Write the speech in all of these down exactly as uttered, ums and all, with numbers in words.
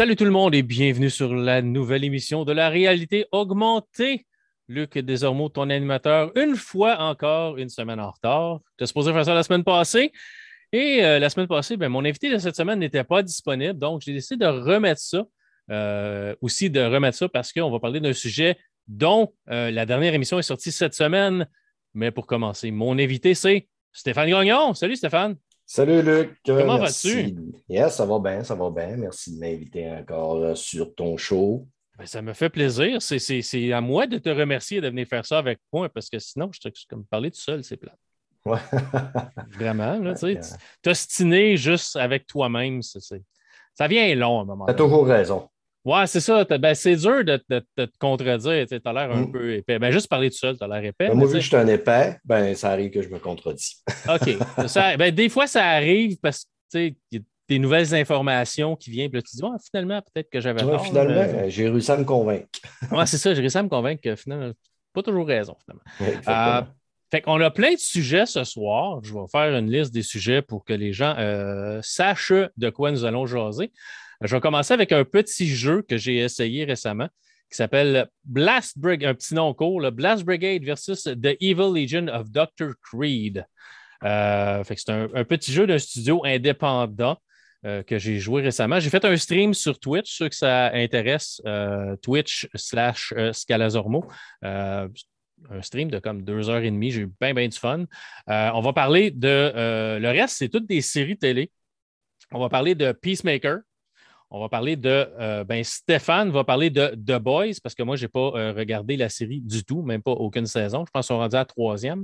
Salut tout le monde et bienvenue sur la nouvelle émission de la réalité augmentée. Luc Desormeaux, ton animateur, une fois encore, une semaine en retard. Tu es supposé faire ça la semaine passée. Et euh, la semaine passée, ben, mon invité de cette semaine n'était pas disponible. Donc, j'ai décidé de remettre ça. Euh, aussi de remettre ça parce qu'on va parler d'un sujet dont euh, la dernière émission est sortie cette semaine. Mais pour commencer, mon invité, c'est Stéphane Gagnon. Salut Stéphane. Salut Luc, Euh, Comment vas-tu? merci. Yes, ça va bien, ça va bien. Merci de m'inviter encore euh, sur ton show. Ben, ça me fait plaisir. C'est, c'est, c'est à moi de te remercier de venir faire ça avec moi parce que sinon, je te comme parler tout seul, c'est plat. Ouais. Vraiment, là, tu sais, Euh, t'ostiner juste avec toi-même, c'est, c'est- ça vient long à un moment T'as donné. toujours raison. Ouais, c'est ça. t'as- Ben, c'est dur de, de- de te contredire. Tu as l'air un Hmm. peu épais. Ben, juste parler tout seul, tu as l'air épais, Ben, mais moi, tu vu que sais, je suis un épais, ben, ça arrive que je me contredis. OK. Ça, ben, des fois, ça arrive parce que tu sais, il y a des nouvelles informations qui viennent, puis là, tu te dis, ouais, finalement, peut-être que j'avais Ouais, tort, là, finalement, mais euh, j'ai réussi à me convaincre. ouais, c'est ça. J'ai réussi à me convaincre que finalement, pas toujours raison, finalement. Euh, Exactement. fait qu'on a plein de sujets ce soir. Je vais faire une liste des sujets pour que les gens euh, sachent de quoi nous allons jaser. Je vais commencer avec un petit jeu que j'ai essayé récemment qui s'appelle Blast Brigade, un petit nom court, le Blast Brigade versus The Evil Legion of docteur Creed. Euh, fait que c'est un, un petit jeu d'un studio indépendant euh, que j'ai joué récemment. J'ai fait un stream sur Twitch, ceux que ça intéresse, euh, Twitch slash euh, Scalazormo. Euh, un stream de comme deux heures et demie. J'ai eu bien, bien du fun. Euh, on va parler de. Euh, le reste, c'est toutes des séries télé. On va parler de Peacemaker. On va parler de. Euh, ben, Stéphane va parler de The Boys, parce que moi, je n'ai pas euh, regardé la série du tout, même pas aucune saison. Je pense qu'on est rendu à la troisième.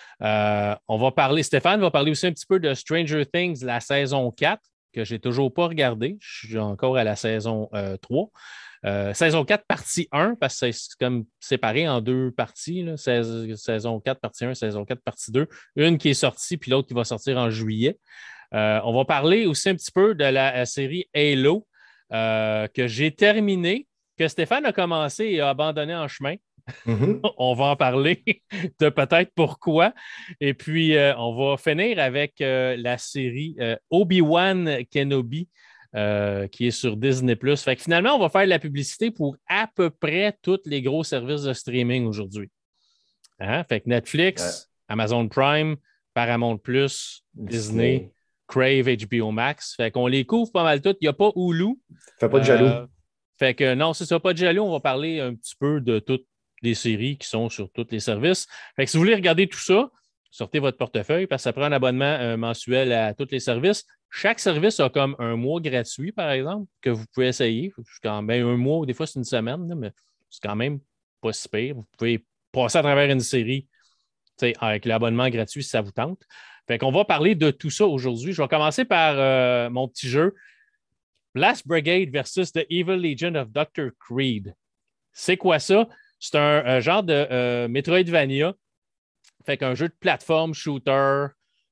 Euh, on va parler. Stéphane va parler aussi un petit peu de Stranger Things, la saison quatre, que j'ai toujours pas regardé. Je suis encore à la saison euh, trois. Euh, saison quatre, partie un, parce que c'est comme séparé en deux parties. Là. Saison quatre, partie un, saison quatre, partie deux. Une qui est sortie, puis l'autre qui va sortir en juillet. Euh, on va parler aussi un petit peu de la, la série Halo, euh, que j'ai terminée, que Stéphane a commencé et a abandonné en chemin. Mhm. On va en parler de peut-être pourquoi. Et puis, euh, on va finir avec euh, la série euh, Obi-Wan Kenobi, euh, qui est sur Disney+. Fait que finalement, on va faire de la publicité pour à peu près tous les gros services de streaming aujourd'hui. Hein? Fait que Euh, Netflix, Amazon Prime, Paramount+, Disney, Disney. Crave, H B O Max. Fait qu'on les couvre pas mal toutes. Il n'y a pas Hulu. Fais pas de jaloux. Euh, fait que non, c'est ça, pas de jaloux. On va parler un petit peu de toutes les séries qui sont sur tous les services. Fait que si vous voulez regarder tout ça, sortez votre portefeuille parce que ça prend un abonnement euh, mensuel à tous les services. Chaque service a comme un mois gratuit, par exemple, que vous pouvez essayer. C'est quand même un mois, ou des fois c'est une semaine, là, mais c'est quand même pas si pire. Vous pouvez passer à travers une série avec l'abonnement gratuit si ça vous tente. Fait qu'on va parler de tout ça aujourd'hui. Je vais commencer par euh, mon petit jeu. Blast Brigade versus The Evil Legion of docteur Creed. C'est quoi ça? C'est un, un genre de euh, Metroidvania. Fait qu'un jeu de plateforme shooter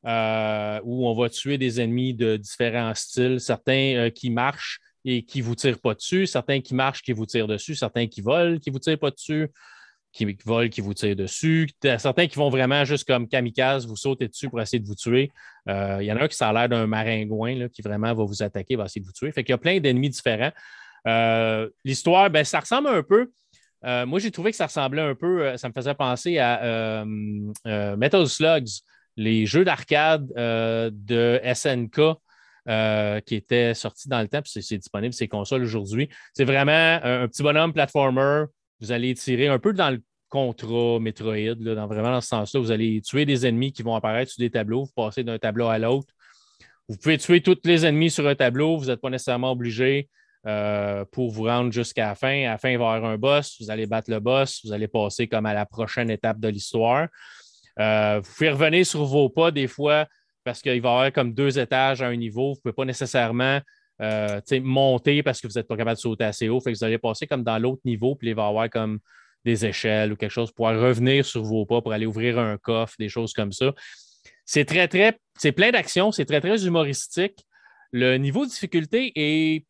euh, où on va tuer des ennemis de différents styles, certains euh, qui marchent et qui ne vous tirent pas dessus, certains qui marchent, qui vous tirent dessus, certains qui volent, qui ne vous tirent pas dessus, qui volent, qui vous tirent dessus, certains qui vont vraiment juste comme kamikaze, vous sauter dessus pour essayer de vous tuer. Euh, il y en a un qui ça a l'air d'un maringouin là, qui vraiment va vous attaquer, va essayer de vous tuer. Fait qu'il y a plein d'ennemis différents. Euh, L'histoire, ben, ça ressemble un peu. Euh, moi, j'ai trouvé que ça ressemblait un peu, euh, ça me faisait penser à euh, euh, Metal Slugs, les jeux d'arcade euh, de S N K euh, qui étaient sortis dans le temps, puis c'est disponible sur ces consoles aujourd'hui. C'est vraiment un, un, petit bonhomme platformer. Vous allez tirer un peu dans le Contra, Metroid, là, dans, vraiment dans ce sens-là. Vous allez tuer des ennemis qui vont apparaître sur des tableaux, vous passez d'un tableau à l'autre. Vous pouvez tuer tous les ennemis sur un tableau, vous n'êtes pas nécessairement obligé euh, pour vous rendre jusqu'à la fin. À la fin, il va y avoir un boss, vous allez battre le boss, vous allez passer comme à la prochaine étape de l'histoire. Euh, vous pouvez revenir sur vos pas des fois parce qu'il va y avoir comme deux étages à un niveau. Vous ne pouvez pas nécessairement euh, monter parce que vous n'êtes pas capable de sauter assez haut. Fait que vous allez passer comme dans l'autre niveau, puis il va y avoir comme des échelles ou quelque chose pour pouvoir revenir sur vos pas pour aller ouvrir un coffre, des choses comme ça. C'est très, très, c'est plein d'actions, c'est très, très humoristique. Le niveau de difficulté est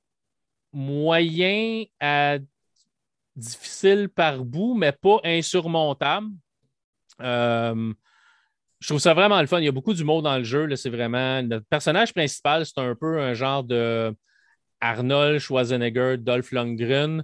moyen à difficile par bout, mais pas insurmontable. Euh, je trouve ça vraiment le fun. Il y a beaucoup d'humour dans le jeu. C'est vraiment. Notre personnage principal, c'est un peu un genre de Arnold Schwarzenegger, Dolph Lundgren,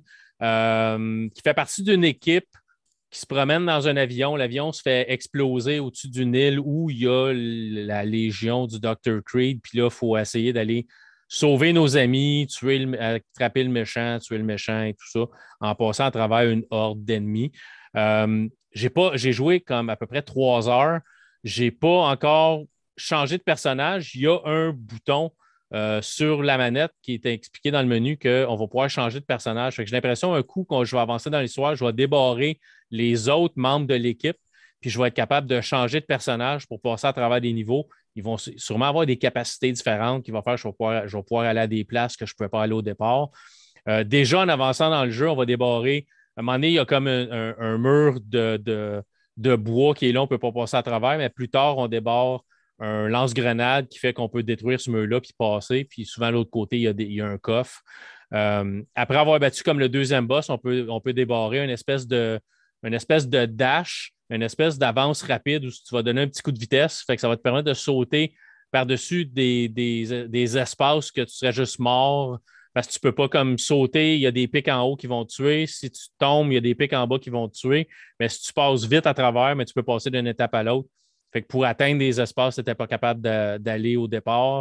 euh, qui fait partie d'une équipe qui se promène dans un avion. L'avion se fait exploser au-dessus d'une île où il y a la légion du docteur Creed. Puis là, il faut essayer d'aller sauver nos amis, tuer le, attraper le méchant, tuer le méchant et tout ça, en passant à travers une horde d'ennemis. Euh, j'ai pas, j'ai joué comme à peu près trois heures. J'ai pas encore changé de personnage. Il y a un bouton euh, sur la manette qui est expliqué dans le menu qu'on va pouvoir changer de personnage. Fait que j'ai l'impression un coup quand je vais avancer dans l'histoire, je vais débarrer les autres membres de l'équipe, puis je vais être capable de changer de personnage pour passer à travers des niveaux. Ils vont sûrement avoir des capacités différentes qui vont faire que je vais pouvoir, je vais pouvoir aller à des places que je ne pouvais pas aller au départ. Euh, déjà, en avançant dans le jeu, on va débarrer. À un moment donné, il y a comme un, un, un mur de, de, de bois qui est là, on ne peut pas passer à travers, mais plus tard, on débarre un lance-grenade qui fait qu'on peut détruire ce mur-là puis passer. Puis souvent, de l'autre côté, il y a, des, il y a un coffre. Euh, après avoir battu comme le deuxième boss, on peut, on peut débarrer une espèce de, une espèce de dash, une espèce d'avance rapide où tu vas donner un petit coup de vitesse. Fait que ça va te permettre de sauter par-dessus des, des, des espaces que tu serais juste mort parce que tu ne peux pas comme sauter. Il y a des pics en haut qui vont te tuer. Si tu tombes, il y a des pics en bas qui vont te tuer. Mais si tu passes vite à travers, mais tu peux passer d'une étape à l'autre. Fait que pour atteindre des espaces, tu n'étais pas capable de, d'aller au départ.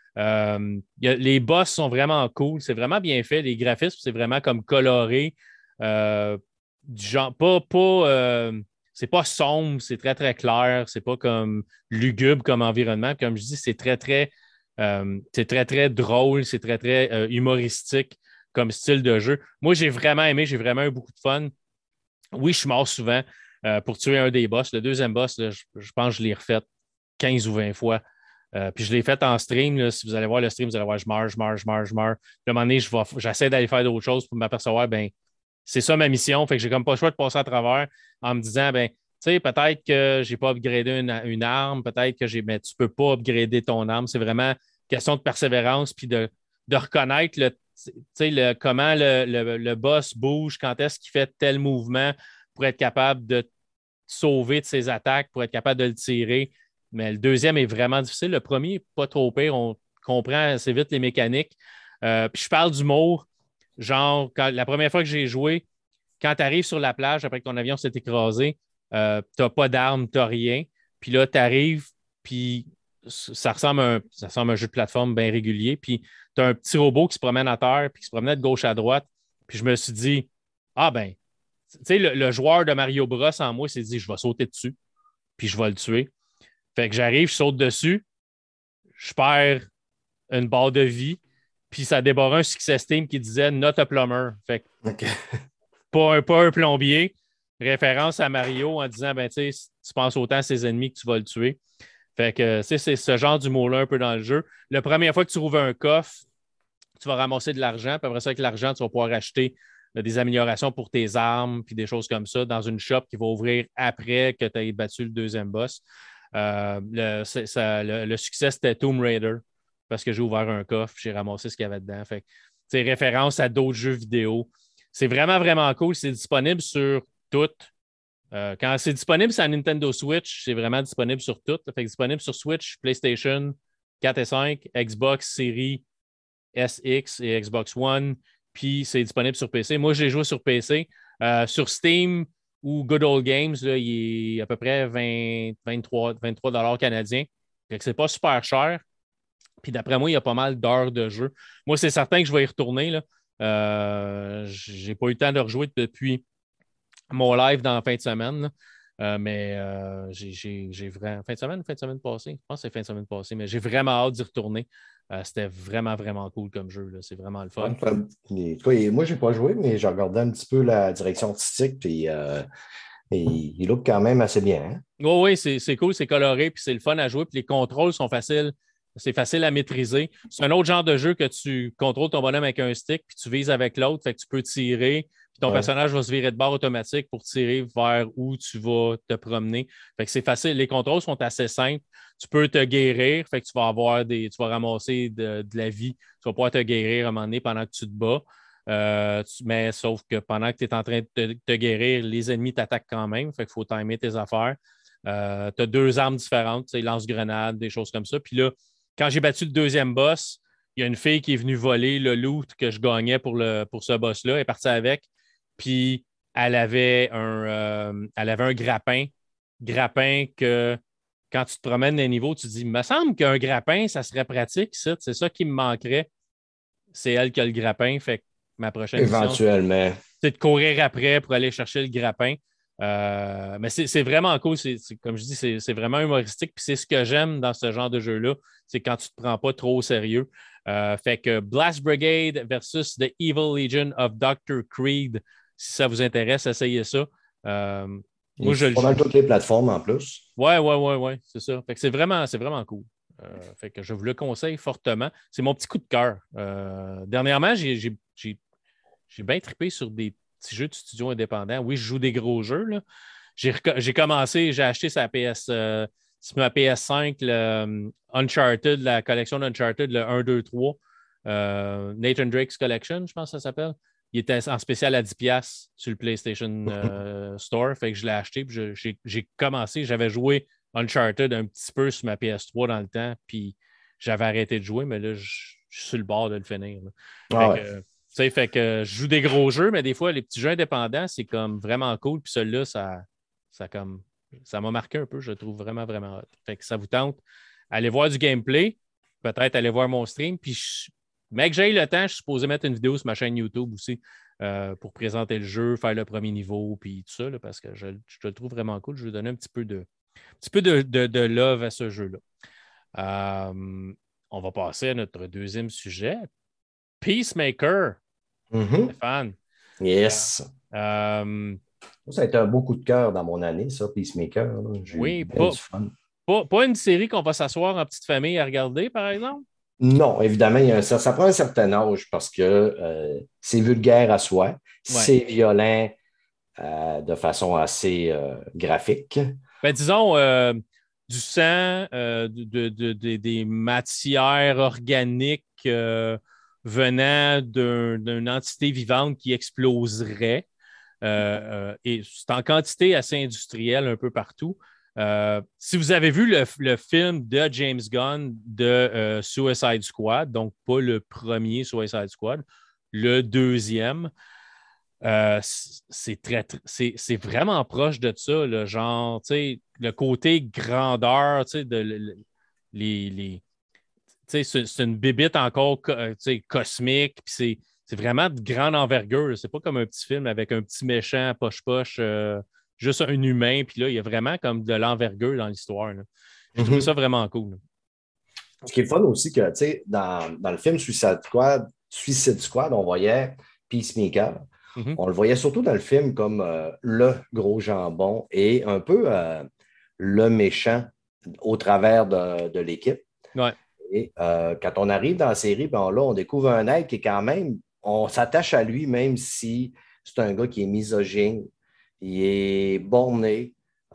Euh, y a, les boss sont vraiment cool. C'est vraiment bien fait. Les graphismes, c'est vraiment comme coloré. Euh, du genre, pas, pas, euh, c'est pas sombre, c'est très, très clair. C'est pas comme lugubre comme environnement. Comme je dis, c'est très, très, euh, c'est très, très drôle. C'est très, très euh, humoristique comme style de jeu. Moi, j'ai vraiment aimé. J'ai vraiment eu beaucoup de fun. Oui, je suis mort souvent euh, pour tuer un des boss. Le deuxième boss, là, je, je pense que je l'ai refait quinze ou vingt fois. Euh, puis je l'ai fait en stream. Là. Si vous allez voir le stream, vous allez voir je meurs, je meurs, je meurs, je meurs. Puis à un moment donné, je vais, j'essaie d'aller faire d'autres choses pour m'apercevoir, ben c'est ça ma mission. Fait que j'ai comme pas le choix de passer à travers en me disant, ben tu sais, peut-être que j'ai pas upgradé une, une arme, peut-être que j'ai, mais tu peux pas upgrader ton arme. C'est vraiment question de persévérance puis de, de reconnaître le, le, comment le, le, le boss bouge, quand est-ce qu'il fait tel mouvement pour être capable de sauver de ses attaques, pour être capable de le tirer. Mais le deuxième est vraiment difficile. Le premier, pas trop pire. On comprend assez vite les mécaniques. Euh, puis je parle d'humour. Genre, quand, la première fois que j'ai joué, quand tu arrives sur la plage après que ton avion s'est écrasé, euh, tu n'as pas d'armes, tu n'as rien. Puis là, tu arrives, puis ça ressemble, à un, ça ressemble à un jeu de plateforme bien régulier. Puis tu as un petit robot qui se promène à terre, puis qui se promenait de gauche à droite. Puis je me suis dit, ah ben, tu sais, le, le joueur de Mario Bros en moi s'est dit, je vais sauter dessus, puis je vais le tuer. Fait que j'arrive, je saute dessus, je perds une barre de vie, puis ça débarre un success team qui disait Not a plumber. Fait que okay. pas, un, pas un plombier. Référence à Mario en disant ben, tu sais, tu penses autant à ses ennemis que tu vas le tuer. Fait que c'est ce genre d'humour-là un peu dans le jeu. La première fois que tu trouves un coffre, tu vas ramasser de l'argent, puis après ça, avec l'argent, tu vas pouvoir acheter des améliorations pour tes armes, puis des choses comme ça dans une shop qui va ouvrir après que tu aies battu le deuxième boss. Euh, le, ça, le, le succès, c'était Tomb Raider, parce que j'ai ouvert un coffre, j'ai ramassé ce qu'il y avait dedans. Fait c'est référence à d'autres jeux vidéo. C'est vraiment, vraiment cool. C'est disponible sur toutes. Euh, quand c'est disponible sur la Nintendo Switch, c'est vraiment disponible sur toutes. Fait que disponible sur Switch, PlayStation quatre et cinq, Xbox Series S X et Xbox One, puis c'est disponible sur P C. Moi, j'ai joué sur P C. Euh, sur Steam ou Good Old Games, là, il est à peu près vingt, vingt-trois, vingt-trois dollars canadiens. Fait que c'est pas super cher. Puis d'après moi, il y a pas mal d'heures de jeu. Moi, c'est certain que je vais y retourner. Là. Euh, j'ai pas eu le temps de rejouer depuis mon live dans la fin de semaine. Euh, mais euh, j'ai vraiment. Fin de semaine, fin de semaine passée? Je pense que c'est fin de semaine passée, mais j'ai vraiment hâte d'y retourner. Euh, C'était vraiment, vraiment cool comme jeu. C'est vraiment le fun. Ouais, et, moi, je n'ai pas joué, mais j'ai regardé un petit peu la direction artistique, puis euh, et, il look quand même assez bien. Hein? Oui, oui, c'est cool, c'est coloré, puis c'est le fun à jouer, puis les contrôles sont faciles. C'est facile à maîtriser. C'est un autre genre de jeu que tu contrôles ton bonhomme avec un stick, puis tu vises avec l'autre, fait que tu peux tirer, puis ton ouais. personnage va se virer de bord automatique pour tirer vers où tu vas te promener. Fait que c'est facile. Les contrôles sont assez simples. Tu peux te guérir, fait que tu vas avoir des. Tu vas ramasser de, de la vie. Tu vas pouvoir te guérir à un moment donné pendant que tu te bats. Euh, tu, mais sauf que pendant que tu es en train de te, te guérir, les ennemis t'attaquent quand même. Fait qu'il faut timer tes affaires. Euh, tu as deux armes différentes, lance-grenades, des choses comme ça. Puis là, quand j'ai battu le deuxième boss, il y a une fille qui est venue voler le loot que je gagnais pour, le, pour ce boss-là. Elle est partie avec. Puis elle avait un, euh, elle avait un grappin. Grappin que quand tu te promènes dans les niveaux, tu te dis, il me semble qu'un grappin, ça serait pratique, ça. C'est ça qui me manquerait. C'est elle qui a le grappin. Fait que ma prochaine mission, Éventuellement. c'est de courir après pour aller chercher le grappin. Euh, mais c'est, c'est vraiment cool. C'est, c'est- comme je dis, c'est, c'est vraiment humoristique. Puis c'est ce que j'aime dans ce genre de jeu-là. C'est quand tu ne te prends pas trop au sérieux. Euh, fait que Blast Brigade versus The Evil Legion of docteur Creed. Si ça vous intéresse, essayez ça. Euh, Il moi, est je le sur pas joue. mal toutes les plateformes en plus. Ouais, ouais, ouais, ouais, c'est ça. Fait que c'est vraiment, c'est vraiment cool. Euh, fait que je vous le conseille fortement. C'est mon petit coup de cœur. Euh, dernièrement, j'ai, j'ai, j'ai, j'ai bien trippé sur des petits jeux de studio indépendants. Oui, je joue des gros jeux, là. J'ai, reco- j'ai commencé, j'ai acheté sa P S, euh, sur ma P S cinq, le euh, Uncharted, la collection d'Uncharted, le un, deux, trois. Euh, Nathan Drake's Collection, je pense que ça s'appelle. Il était en spécial à dix dollars sur le PlayStation euh, Store. Fait que je l'ai acheté. Puis je- j'ai, j'ai commencé, j'avais joué Uncharted un petit peu sur ma P S trois dans le temps. Puis j'avais arrêté de jouer, mais là, je, je suis sur le bord de le finir, là. Ah Fait que, ouais. euh, tu sais, fait que je joue des gros jeux, mais des fois, les petits jeux indépendants, c'est comme vraiment cool. Puis celui-là, ça, ça comme ça m'a marqué un peu, je le trouve vraiment, vraiment hot. Fait que ça vous tente, allez voir du gameplay, peut-être aller voir mon stream, puis je, mec, j'ai le temps, je suis supposé mettre une vidéo sur ma chaîne YouTube aussi euh, pour présenter le jeu, faire le premier niveau, puis tout ça, là, parce que je, je le trouve vraiment cool. Je vais donner un petit peu de, un petit peu de, de, de love à ce jeu-là. Euh, on va passer à notre deuxième sujet. Peacemaker, Mhm. Stéphane. Yes. Euh, Ça a été un beau coup de cœur dans mon année, ça, Peacemaker, là. J'ai eu oui, bien pas, du fun. pas, pas une série qu'on va s'asseoir en petite famille à regarder, par exemple. Non, évidemment, il y a un- ça, ça prend un certain âge parce que euh, c'est vulgaire à soi, Ouais. c'est violent euh, de façon assez euh, graphique. Ben, disons, euh, du sang, euh, de, de- de- de- des matières organiques euh, venant d'un- d'une entité vivante qui exploserait. Euh, euh, et c'est en quantité assez industrielle un peu partout. Euh, si vous avez vu le, le film de James Gunn de euh, Suicide Squad, donc pas le premier Suicide Squad, le deuxième, euh, c'est très, c'est, c'est vraiment proche de ça, le genre, tu sais, le côté grandeur, tu sais, de le- les, les tu sais, c'est c'est une bébite encore co- euh, tu sais, cosmique, puis c'est c'est vraiment de grande envergure. C'est pas comme un petit film avec un petit méchant poche-poche, euh, juste un humain, puis là, il y a vraiment comme de l'envergure dans l'histoire, là. J'ai trouvé ça Mhm. vraiment cool. Ce qui est fun aussi, que, tu sais, dans, dans le film Suicide Squad, Suicide Squad, on voyait Peacemaker. Mhm. On le voyait surtout dans le film comme euh, le gros jambon et un peu euh, le méchant au travers de, de l'équipe. Ouais. Et euh, quand on arrive dans la série, ben là, on découvre un être qui est quand même, on s'attache à lui, même si c'est un gars qui est misogyne, il est borné.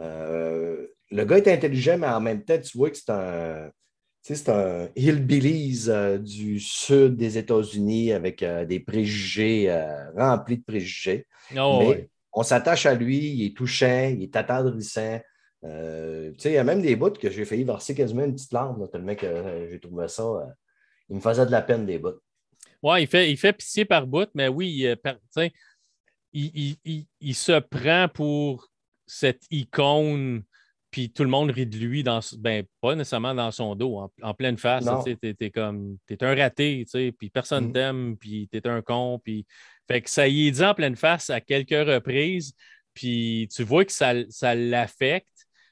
Euh, le gars est intelligent, mais en même temps, tu vois que c'est un, tu sais, c'est un hillbillies euh, du sud des États-Unis avec euh, des préjugés euh, remplis de préjugés. Oh, Mais ouais. on s'attache à lui, il est touchant, il est attendrissant. Euh, tu sais, il y a même des bouts que j'ai failli verser quasiment une petite larme, là, tellement que euh, j'ai trouvé ça. Euh, il me faisait de la peine des bouts. Ouais, il fait, il fait pitié par bout, mais oui, il, euh, par- tu sais, il, il- il- il se prend pour cette icône, puis tout le monde rit de lui, dans, ben, pas nécessairement dans son dos, en, en pleine face. Tu sais, Non. t'es, t'es comme, t'es un raté, tu sais, puis personne Mhm. t'aime, puis t'es un con, puis fait que ça y est dit en pleine face à quelques reprises, puis tu vois que ça, ça l'affecte,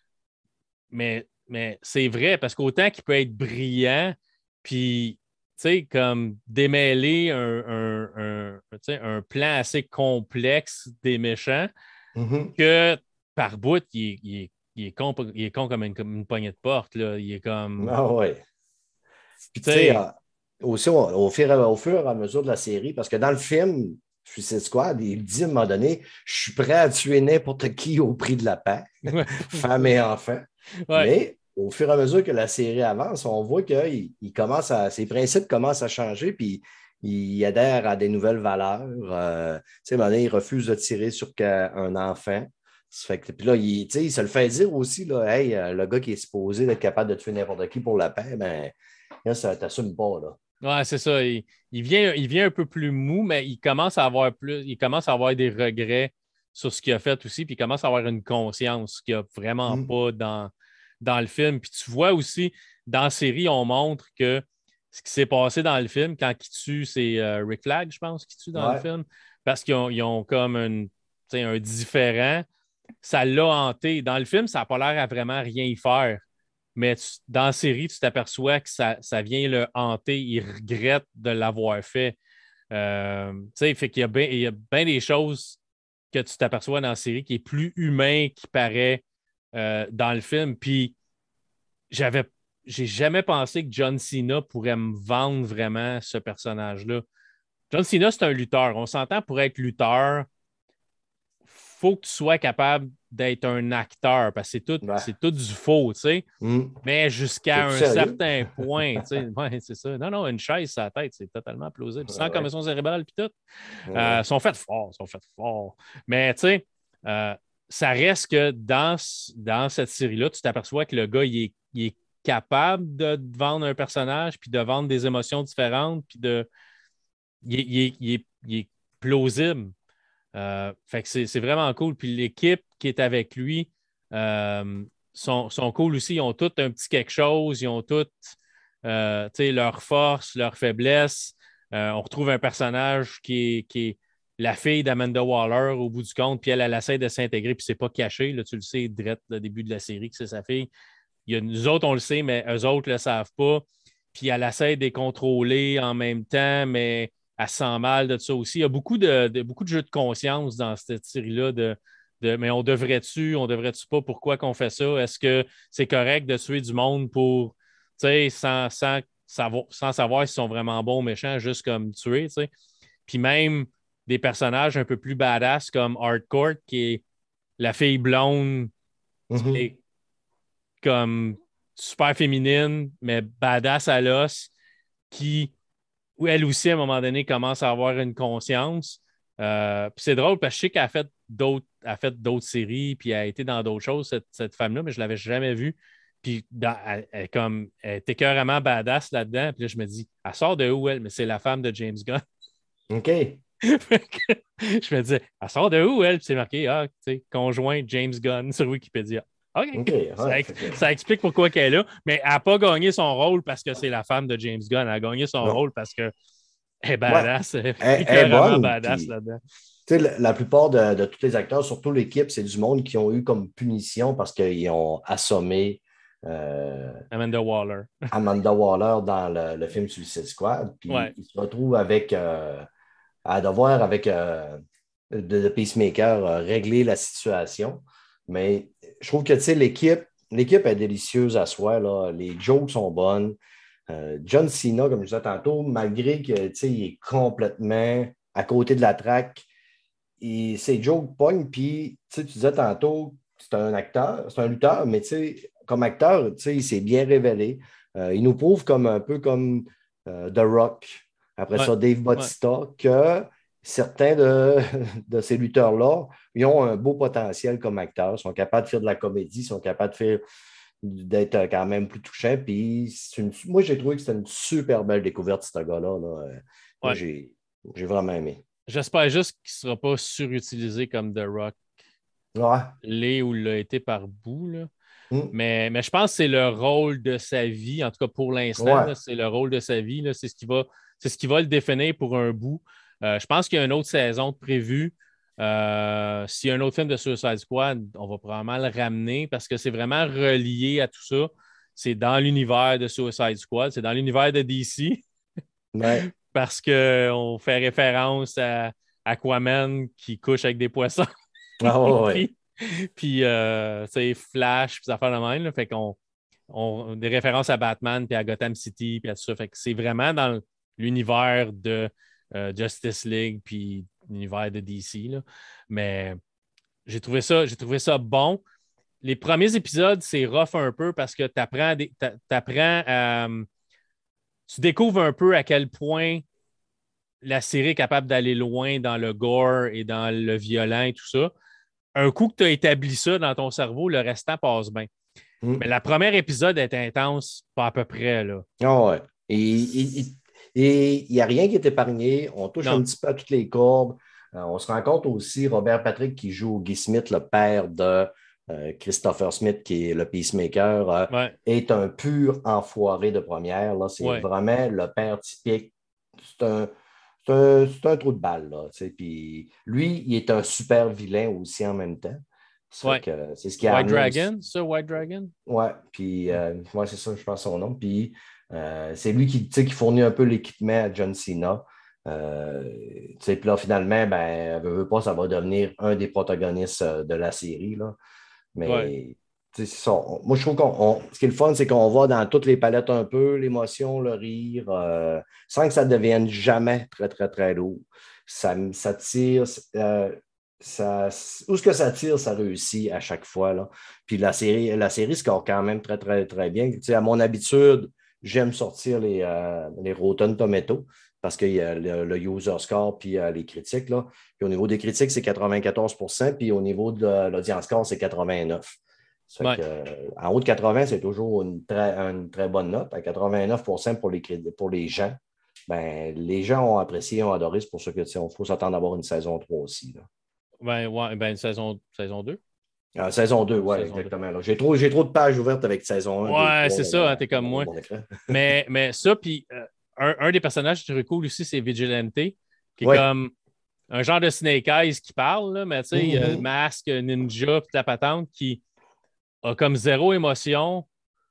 mais, mais c'est vrai, parce qu'autant qu'il peut être brillant, puis, tu sais, comme démêler un, un, un, tu sais, un plan assez complexe des méchants, Mhm. que par bout, il est, il est, il est con, il est con comme une, comme une poignée de porte, là. Il est comme, Ah ouais. Puis tu tu sais, sais, euh, aussi, au, au fur, et- au fur et à mesure de la série, parce que dans le film Suicide Squad, il dit à un moment donné, je suis prêt à tuer n'importe qui au prix de la paix, ouais, femme et enfants. ouais, Mais au fur et à mesure que la série avance, on voit que il, il commence à, ses principes commencent à changer, puis il adhère à des nouvelles valeurs. Euh, tu sais, à un moment donné, il refuse de tirer sur qu'un- un enfant. Ça fait que, puis là, il, tu sais, il se le fait dire aussi, là, hey, euh, le gars qui est supposé être capable de tuer n'importe qui pour la paix, ben, là, ça t'assume pas, là. Ouais, c'est ça. Il, il vient, il vient un peu plus mou, mais il commence à avoir plus, il commence à avoir des regrets sur ce qu'il a fait aussi, puis il commence à avoir une conscience qu'il n'y a vraiment Mm. pas dans, dans le film. Puis tu vois aussi, dans la série, on montre que ce qui s'est passé dans le film, quand il tue, c'est euh, Rick Flag, je pense, qui tue dans le Ouais. film, parce qu'ils ont, ils ont comme une, tu sais, un différent. Ça l'a hanté. Dans le film, ça n'a pas l'air à vraiment rien y faire. Mais tu- dans la série, tu t'aperçois que ça, ça vient le hanter. Il regrette de l'avoir fait. Euh, tu sais, fait qu'il y a bien il y a bien des choses que tu t'aperçois dans la série qui est plus humain qu'il paraît euh, dans le film. Puis j'avais j'ai jamais pensé que John Cena pourrait me vendre vraiment ce personnage-là. John Cena, c'est un lutteur. On s'entend pour être lutteur, faut que tu sois capable d'être un acteur parce que c'est tout, Ouais. c'est tout du faux, tu sais. Mm. Mais jusqu'à T'es-tu un sérieux? certain point, tu sais, ouais, c'est ça. Non, non, une chaise sur la tête, c'est totalement plausible. Ah Sans ouais. commotion cérébrale, puis tout, Ah euh, ouais. sont faites fort, sont faites fort. Mais tu sais, euh, ça reste que dans, dans cette série-là, tu t'aperçois que le gars, il est, il est capable de te vendre un personnage, puis de vendre des émotions différentes, puis de. Il est, il est- il est- il est plausible. Euh, fait que c'est c'est vraiment cool. Puis l'équipe qui est avec lui euh, sont, sont cool aussi. Ils ont tous un petit quelque chose. Ils ont toutes euh, tu sais, leurs forces, leurs faiblesses. Euh, on retrouve un personnage qui est, qui est la fille d'Amanda Waller au bout du compte, puis elle, elle essaie de s'intégrer, puis c'est pas caché. Là, tu le sais, direct le début de la série, que c'est sa fille. Il y a, nous autres, on le sait, mais eux autres ne le savent pas. Puis elle essaie de les contrôler en même temps, mais elle se sent mal de ça aussi. Il y a beaucoup de, de- beaucoup de jeux de conscience dans cette série-là de, de mais on devrait-tu, on devrait-tu pas, pourquoi qu'on fait ça? Est-ce que c'est correct de tuer du monde pour, tu sais, sans, sans, savoir, sans savoir s'ils sont vraiment bons ou méchants, juste comme tuer, tu sais? Puis même des personnages un peu plus badass comme Hardcore, qui est la fille blonde, tu Mhm. sais, comme super féminine, mais badass à l'os, qui, où elle aussi, à un moment donné, commence à avoir une conscience. Euh, puis c'est drôle parce que je sais qu'elle a fait d'autres, a fait d'autres séries, puis elle a été dans d'autres choses, cette, cette femme-là, mais je ne l'avais jamais vue. Puis dans- elle, elle, comme, elle était carrément badass là-dedans. Puis là, je me dis, elle sort de où, elle? Mais c'est la femme de James Gunn. OK. Je me disais, elle sort de où, elle? Puis c'est marqué, ah, tu sais, conjoint James Gunn sur Wikipédia. OK. OK. Ça, Ouais, ex- fait que- ça explique pourquoi elle est là. Mais elle n'a pas gagné son rôle parce que c'est la femme de James Gunn. Elle a gagné son Non. rôle parce qu'elle est Ouais. badass. Elle est Elle, elle est écœuramment bonne. badass Puis, là-dedans. tu sais, la, la plupart de, de tous les acteurs, surtout l'équipe, c'est du monde qui ont eu comme punition parce qu'ils ont assommé euh, Amanda Waller. Amanda Waller dans le, le film Suicide Squad. Puis Ouais. ils se retrouvent avec, euh, à devoir avec euh, de, de Peacemaker euh, régler la situation. Mais je trouve que tu sais, l'équipe, l'équipe est délicieuse à soi. Là. Les jokes sont bonnes. Euh, John Cena, comme je disais tantôt, malgré que tu sais, il est complètement à côté de la traque, et ses jokes pognent. Puis tu sais, tu disais tantôt, c'est un acteur, c'est un lutteur, mais tu sais, comme acteur, tu sais, il s'est bien révélé. Euh, il nous prouve comme un peu comme euh, The Rock, après Ouais. ça, Dave Ouais. Bautista, que certains de, de ces lutteurs-là, ils ont un beau potentiel comme acteurs, sont capables de faire de la comédie, sont capables de faire d'être quand même plus touchant. Puis une, moi, j'ai trouvé que c'était une super belle découverte, ce gars-là. Là. Euh, Moi, Ouais. j'ai, j'ai vraiment aimé. J'espère juste qu'il ne sera pas surutilisé comme The Rock Ouais. l'est ou l'a été par bout, là. Hum. Mais, mais je pense que c'est le rôle de sa vie, en tout cas pour l'instant, Ouais. là, c'est le rôle de sa vie. Là, c'est ce qui va, c'est ce qui va le définir pour un bout. Euh, je pense qu'il y a une autre saison de prévue. Euh, s'il y a un autre film de Suicide Squad, on va probablement le ramener parce que c'est vraiment relié à tout ça. C'est dans l'univers de Suicide Squad, c'est dans l'univers de D C Ouais. parce qu'on fait référence à Aquaman qui couche avec des poissons. Ah ouais, ouais. puis, puis euh, tu sais, Flash, puis ça fait la même. Là, fait qu'on on, des références à Batman, puis à Gotham City, puis à tout ça. Fait que c'est vraiment dans l'univers de euh, Justice League, puis l'univers de D C. Là. Mais j'ai trouvé ça, j'ai trouvé ça bon. Les premiers épisodes, c'est rough un peu parce que tu apprends, euh, tu découvres un peu à quel point la série est capable d'aller loin dans le gore et dans le violent et tout ça. Un coup que tu as établi ça dans ton cerveau, le restant passe bien. Mais Hum. la première épisode est intense, pas à peu près, là. Ah ouais. Et il, il- Et il n'y a rien qui est épargné. On touche Non. un petit peu à toutes les cordes. Euh, on se rend compte aussi, Robert Patrick, qui joue Guy Smith, le père de euh, Christopher Smith, qui est le Peacemaker, euh, Ouais. est un pur enfoiré de première. Là. C'est Ouais. vraiment le père typique. C'est un, c'est un, c'est un trou de balle. Là, puis lui, il est un super vilain aussi en même temps. Ça fait Ouais. que c'est ce qui a White amené aussi. Dragon, ça, White Dragon? Ouais, puis euh, ouais, c'est ça, je pense son nom. Puis euh, c'est lui qui, tu sais, qui fournit un peu l'équipement à John Cena. Euh, tu sais, puis là, finalement, ben, veut, veut pas, ça va devenir un des protagonistes euh, de la série. Là. Ouais. Mais tu sais, c'est ça. On- moi, je trouve qu'on. on- Ce qui est le fun, c'est qu'on va dans toutes les palettes un peu, l'émotion, le rire, euh, sans que ça devienne jamais très, très, très lourd. Ça, ça tire. euh, ça, où est-ce que ça tire, ça réussit à chaque fois. Là. Puis la série, la série score quand même très, très, très bien. Tu sais, à mon habitude, j'aime sortir les, euh, les Rotten Tomatoes parce qu'il y a le, le user score puis euh, les critiques. Là. Puis au niveau des critiques, c'est quatre-vingt-quatorze pour cent, puis au niveau de l'audience score, c'est quatre-vingt-neuf. Ça fait Ouais. que, euh, en haut de quatre-vingts, c'est toujours une très, une très bonne note. À quatre-vingt-neuf pour cent pour les, pour les gens, ben, les gens ont apprécié, ont adoré. C'est pour ça qu'il faut s'attendre d'avoir une saison trois aussi. Là. Ben, ouais, ben, saison, saison deux. Euh, saison deux, oui, Saison deux. exactement. J'ai trop, j'ai trop de pages ouvertes avec saison un, deux, Ouais, trois c'est ça, hein, t'es comme dans moi. mon écran. Mais, mais ça, puis euh, un, un des personnages que je trouve cool aussi, c'est Vigilante, qui est Oui. comme un genre de Snake Eyes qui parle, là, mais tu sais, il y a le Mm-hmm. masque, ninja, puis la patente qui a comme zéro émotion.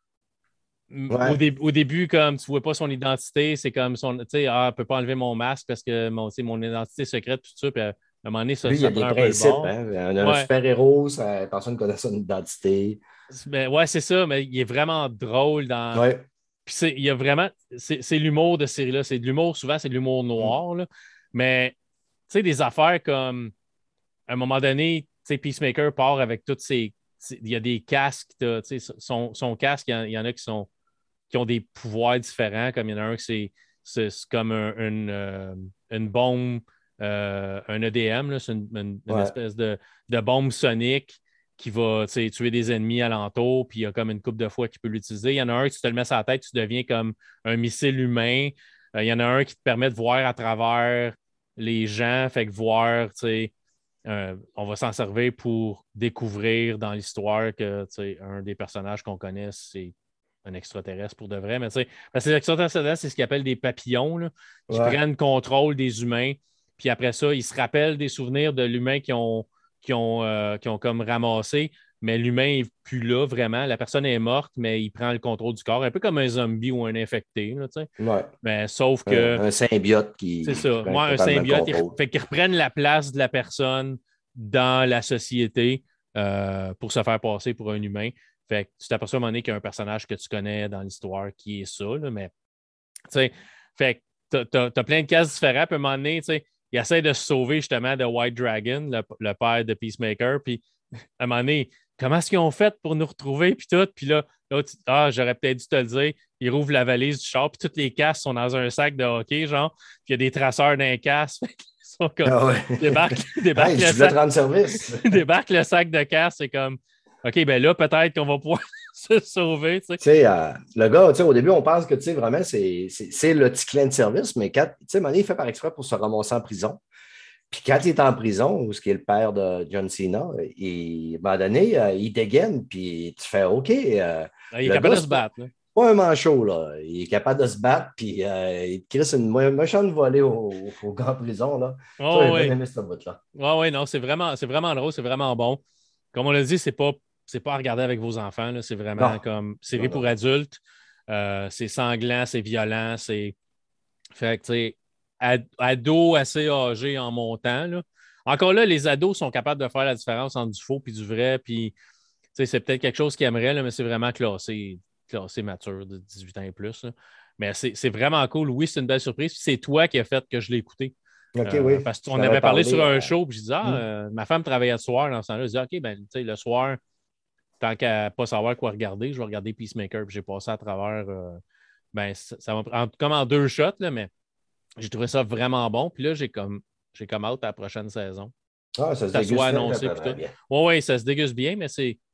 Au, Ouais. dé- au début, comme tu vois pas son identité, c'est comme son, tu sais, ah, ne peut pas enlever mon masque parce que mon, tu sais, mon identité secrète, tout ça, puis à un moment donné, ça, Lui, il y ça a des prend un peu le principes. bord. Hein? Un, un Ouais, super-héros, ça, personne ne connaît son identité. mais, ouais, c'est ça, mais il est vraiment drôle dans. Oui. Puis c'est, il y a vraiment, c'est, c'est l'humour de cette série-là. C'est de l'humour, souvent, c'est de l'humour Mm. noir, là. Mais, tu sais, des affaires comme, à un moment donné, tu sais, Peacemaker part avec toutes ses. Il y a des casques, t'as, tu sais, son, son casque, il y, en, il y en a qui sont qui ont des pouvoirs différents, comme il y en a un qui c'est, c'est, c'est comme un- une, euh, une bombe, euh, un E D M, là, c'est une, une- une Ouais. espèce de, de bombe sonique qui va tu sais, tuer des ennemis alentour, puis il y a comme une couple de fois qu'il peut l'utiliser. Il y en a un, tu te le mets sur la tête, tu deviens comme un missile humain. Euh, il y en a un qui te permet de voir à travers les gens, fait que voir, tu sais, euh, on va s'en servir pour découvrir dans l'histoire que tu sais, un des personnages qu'on connaît, c'est un extraterrestre pour de vrai. Mais tu sais, parce que les extraterrestres, c'est ce qu'ils appellent des papillons, là, qui Ouais. prennent contrôle des humains. Puis après ça, ils se rappellent des souvenirs de l'humain qui ont, qui ont, euh, qui ont comme ramassé. Mais l'humain n'est plus là, vraiment. La personne est morte, mais il prend le contrôle du corps, un peu comme un zombie ou un infecté. Là, tu sais. Ouais. Mais sauf Un, que un symbiote c'est qui, qui ça. prend Moi, un totalement le symbiote, il contrôle. fait qu'ils reprennent la place de la personne dans la société euh, pour se faire passer pour un humain. Fait que tu t'aperçois à un moment donné qu'il y a un personnage que tu connais dans l'histoire qui est ça, là, mais tu sais, fait que t'as, t'as plein de cases différentes. Puis à un moment donné, tu sais, il essaie de se sauver justement de White Dragon, le, le père de Peacemaker. Puis à un moment donné, comment est-ce qu'ils ont fait pour nous retrouver? Puis tout. Puis là, l'autre, ah, j'aurais peut-être dû te le dire. Il rouvre la valise du char, puis toutes les casses sont dans un sac de hockey, genre. Puis il y a des traceurs d'un casse. Ils sont comme, Ah ouais. débarque, débarque Hey, le je voulais te sac, rendre service. débarque le sac de casse. C'est comme, OK, ben là, peut-être qu'on va pouvoir se sauver, tu sais. Tu sais, euh, le gars, tu sais, au début, on pense que, tu sais, vraiment, c'est, c'est, c'est le petit clin de service, mais quand, tu sais, à un moment donné, il fait par exprès pour se ramasser en prison. Puis quand il est en prison, ou ce qui est le père de John Cena, il, à un moment donné, euh, il dégaine, puis tu fais OK, euh, Il est le capable gars, de se c'est pas, battre, là. pas un manchot, là. Il est capable de se battre, puis euh, il te crisse une mo- méchante volée au, au gars en prison, là. Ça, Oh, j'ai bien oui. aimé cette bout-là. Ouais, ouais, non, c'est vraiment, c'est vraiment drôle, c'est vraiment bon. Comme on l'a dit, c'est pas, c'est pas à regarder avec vos enfants, là, c'est Non, vraiment comme série non, non, pour non. adultes. Euh, c'est sanglant, c'est violent, c'est. Fait que, tu sais, ad- ado assez âgé en montant, là. Encore là, les ados sont capables de faire la différence entre du faux et du vrai, puis, tu sais, c'est peut-être quelque chose qu'ils aimeraient, là, mais c'est vraiment classé, classé mature de dix-huit ans et plus, là. Mais c'est c'est vraiment cool. Oui, c'est une belle surprise. Puis c'est toi qui as fait que je l'ai écouté. OK, Euh, oui, parce tu qu'on m'avais avait parlé sur parlé. un À... show, puis je disais, ah, Hmm. euh, ma femme travaillait le soir dans ce temps-là. Je disais, OK, ben, tu sais, le soir, tant qu'à pas savoir quoi regarder, je vais regarder Peacemaker. Puis j'ai passé à travers, euh, ben, ça, ça m'a pris comme en deux shots, là, mais j'ai trouvé ça vraiment bon. Puis là, j'ai comme, j'ai comme hâte à la prochaine saison. Ah, ça se Ça soit déguste très, très, annoncé, très, puis très tout. bien. Oui, oui, ça se déguste bien, mais c'est,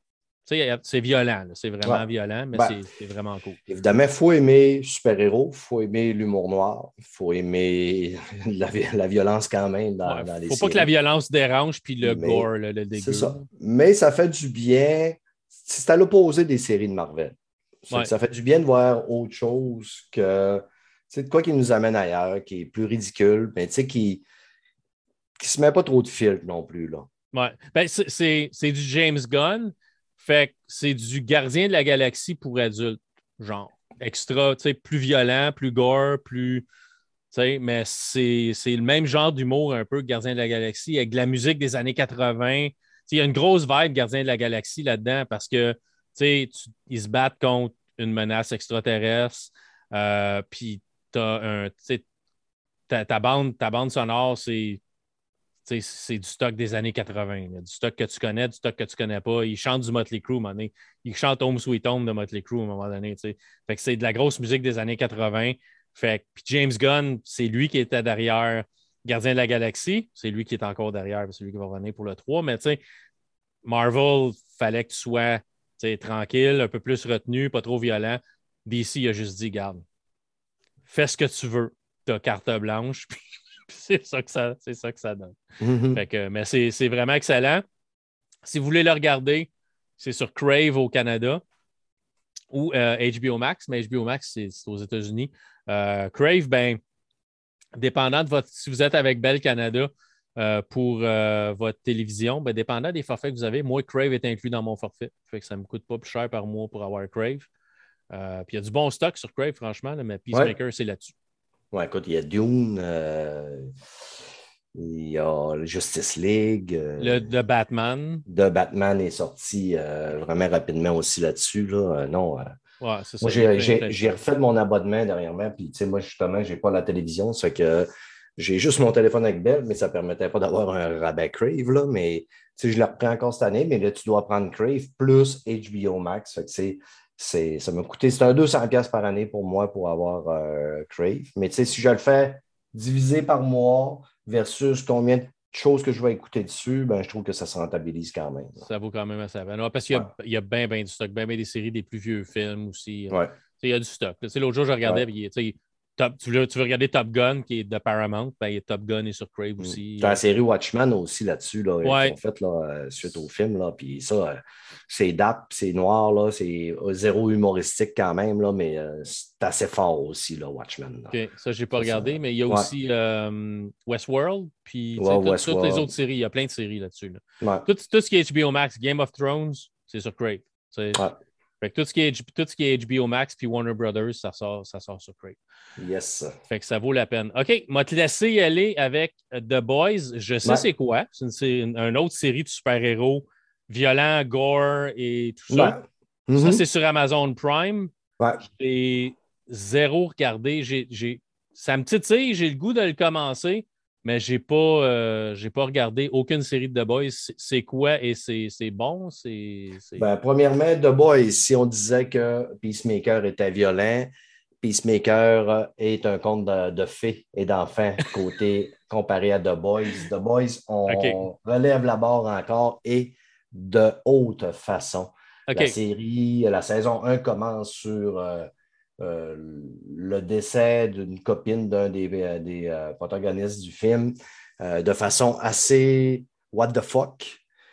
c'est violent, là. C'est vraiment Ouais. violent, mais Ben, c'est vraiment cool. évidemment, il faut aimer super-héros, il faut aimer l'humour noir, il faut aimer la, la violence quand même dans, Ouais, dans les faut pas que la séries. violence dérange, puis le Mais gore, le, le c'est dégueu. ça. Mais ça fait du bien. C'est à l'opposé des séries de Marvel. Ouais. Ça fait du bien de voir autre chose que. De quoi qui nous amène ailleurs, qui est plus ridicule, mais qui ne se met pas trop de filtres non plus. Là. Ouais. Ben, c'est du James Gunn. Fait que c'est du Gardien de la Galaxie pour adultes. Genre, extra, tu sais, plus violent, plus gore, plus. Mais c'est le même genre d'humour un peu que Gardien de la Galaxie, avec de la musique des années quatre-vingts. Il y a une grosse vibe Gardien de la Galaxie là-dedans parce que tu, ils se battent contre une menace extraterrestre. Euh, Puis ta, ta, bande, ta bande sonore, c'est c'est du stock des années quatre-vingts. Là. Du stock que tu connais, du stock que tu connais pas. Ils chantent du Motley Crue, à un moment donné. Ils chantent Home Sweet Home de Motley Crue à un moment donné. T'sais. Fait que c'est de la grosse musique des années quatre-vingts. Fait puis James Gunn, c'est lui qui était derrière Gardien de la Galaxie. C'est lui qui est encore derrière, c'est lui qui va revenir pour le trois. Mais tu sais, Marvel, fallait que tu sois tranquille, un peu plus retenu, pas trop violent. D C a juste dit, garde, fais ce que tu veux. T'as carte blanche, puis c'est ça que ça, c'est ça que ça donne. Mm-hmm. Fait que, mais c'est vraiment excellent. Si vous voulez le regarder, c'est sur Crave au Canada ou euh, H B O Max, mais H B O Max, c'est aux États-Unis. Euh, Crave, ben, dépendant de votre. Si vous êtes avec Bell Canada euh, pour euh, votre télévision, ben, dépendant des forfaits que vous avez, moi, Crave est inclus dans mon forfait. Fait que ça ne me coûte pas plus cher par mois pour avoir Crave. Euh, puis il y a du bon stock sur Crave, franchement, là, mais Peacemaker, ouais. C'est là-dessus. Ouais, écoute, il y a Dune, euh, il y a Justice League. Euh, le de Batman. De Batman est sorti euh, vraiment rapidement aussi là-dessus. Là. Euh, non. Euh, ouais, c'est moi, j'ai refait mon abonnement dernièrement, puis tu sais, moi, justement, je n'ai pas la télévision, ça fait que j'ai juste mon téléphone avec Bell, mais ça ne permettait pas d'avoir un rabais Crave, là, mais tu sais, je le reprends encore cette année, mais là, tu dois prendre Crave plus H B O Max, fait que c'est. C'est, ça m'a coûté, c'est un deux cents dollars par année pour moi pour avoir euh, Crave. Mais tu sais, si je le fais divisé par mois versus combien de choses que je vais écouter dessus, ben, je trouve que ça se rentabilise quand même. Là. Ça vaut quand même assez. Non, parce qu'il y a, ouais. y a bien, bien du stock, bien, bien des séries, des plus vieux films aussi. Ouais. Il y a du stock. L'autre jour, je regardais, ouais. Top, tu, veux, tu veux regarder Top Gun, qui est de Paramount, ben, Top Gun est sur Crave aussi. Tu as la série Watchmen aussi là-dessus, là, ouais. qu'ils ont fait là, suite au film. Là, puis ça, c'est dap, c'est noir, là, c'est zéro humoristique quand même, là, mais euh, c'est assez fort aussi, là, Watchmen. Là. Okay. Ça, je n'ai pas ça, regardé, ça... mais il y a ouais. aussi euh, Westworld, puis ouais, tout, Westworld. toutes les autres séries. Il y a plein de séries là-dessus. Là. Ouais. Tout, tout ce qui est H B O Max, Game of Thrones, c'est sur Crave. Ouais. Fait que tout ce qui est tout ce qui est H B O Max puis Warner Brothers, ça sort, ça sort sur Crave. Yes. Fait que ça vaut la peine. OK, moi te laisser y aller avec The Boys. Je sais ouais. c'est quoi. C'est une, une autre série de super-héros violents, gore et tout ça. Ouais. Mm-hmm. Ça, c'est sur Amazon Prime. Ouais. J'ai zéro regardé. J'ai, j'ai... Ça me titille, j'ai le goût de le commencer, mais j'ai pas, euh, j'ai pas regardé aucune série de The Boys. C'est quoi et c'est, c'est bon? C'est, c'est... Ben, premièrement, The Boys, si on disait que Peacemaker était violent, Peacemaker est un conte de, de fées et d'enfants côté comparé à The Boys. The Boys, on okay. relève la barre encore et de haute façon. Okay. La série, la saison un commence sur euh, euh, le décès d'une copine d'un des, des euh, protagonistes du film euh, de façon assez what the fuck.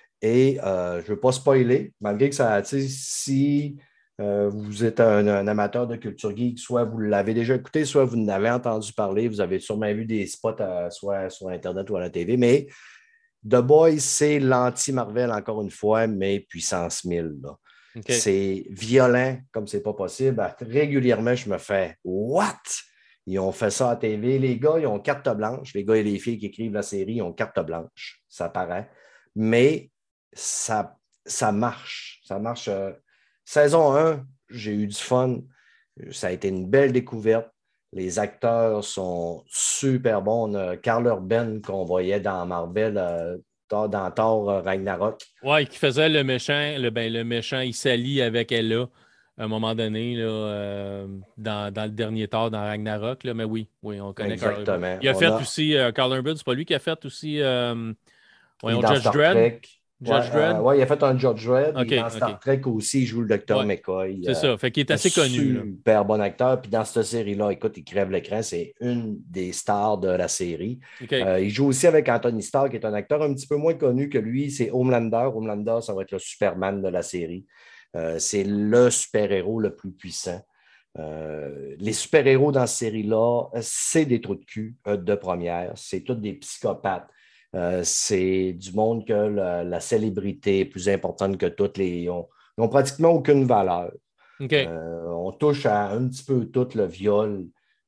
Et euh, je ne veux pas spoiler, malgré que ça, tu sais, si euh, vous êtes un, un amateur de culture geek, soit vous l'avez déjà écouté, soit vous en avez entendu parler, vous avez sûrement vu des spots à, soit sur Internet ou à la T V, mais The Boys, c'est l'anti-Marvel, encore une fois, mais puissance mille. Okay. C'est violent comme c'est pas possible. Régulièrement, je me fais « What? » Ils ont fait ça à T V. Les gars, ils ont carte blanche. Les gars et les filles qui écrivent la série, ils ont carte blanche. Ça paraît. Mais ça, ça marche. Ça marche. Euh, saison un, j'ai eu du fun. Ça a été une belle découverte. Les acteurs sont super bons. On a Karl Urban qu'on voyait dans Marvel, euh, dans Thor euh, Ragnarok. Oui, qui faisait le méchant. Le, ben, le méchant, il s'allie avec Ella à un moment donné, là, euh, dans, dans le dernier Thor, dans Ragnarok. Là, mais oui, oui, on connaît Karl Urban. Il a on fait a... aussi, euh, Karl Urban, c'est pas lui qui a fait aussi... Euh, voyons, Judge Dredd. Judge Ouais, euh, Dredd? ouais, il a fait un Judge Dredd. OK, Et dans OK. Star Trek aussi, il joue le docteur Ouais, McCoy. c'est Euh, ça. Fait qu'il est un assez connu, là. super bon acteur. Puis dans cette série-là, écoute, il crève l'écran. C'est une des stars de la série. OK. Euh, il joue aussi avec Anthony Starr, qui est un acteur un petit peu moins connu que lui. C'est Homelander. Homelander, ça va être le Superman de la série. Euh, c'est le super-héros le plus puissant. Euh, les super-héros dans cette série-là, c'est des trous de cul euh, de première. C'est tous des psychopathes. Euh, c'est du monde que la, la célébrité est plus importante que toutes les. Ils n'ont pratiquement aucune valeur. OK. Euh, on touche à un petit peu tout le viol,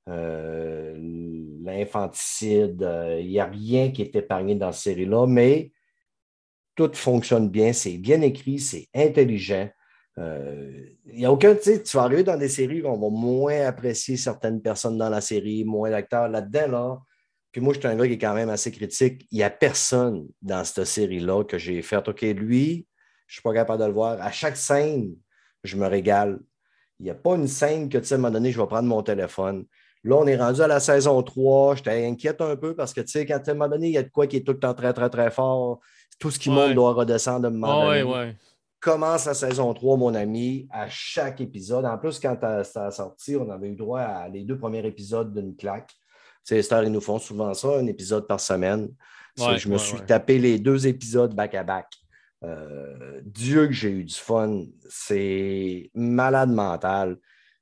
euh, l'infanticide. Euh, Il n'y a rien qui est épargné dans cette série-là, mais tout fonctionne bien, c'est bien écrit, c'est intelligent. Euh, Il n'y a aucun, tu sais, tu vas arriver dans des séries où on va moins apprécier certaines personnes dans la série, moins d'acteurs là-dedans, là. Puis moi, je suis un gars qui est quand même assez critique. Il n'y a personne dans cette série-là que j'ai fait. OK, lui, je ne suis pas capable de le voir. À chaque scène, je me régale. Il n'y a pas une scène que, tu sais, à un moment donné, je vais prendre mon téléphone. Là, on est rendu à la saison trois. J'étais inquiète un peu parce que, tu sais, quand à un moment donné, il y a de quoi qui est tout le temps très, très, très fort. Tout ce qui monte Ouais. doit redescendre à un moment Ouais, donné. ouais. Commence la saison trois, mon ami, à chaque épisode. En plus, quand ça a sorti, on avait eu droit à les deux premiers épisodes d'une claque. Tu sais, Star, ils nous font souvent ça, un épisode par semaine. Ça, Ouais, je me ouais, suis ouais. tapé les deux épisodes back-à-back. Euh, Dieu que j'ai eu du fun. C'est malade mental.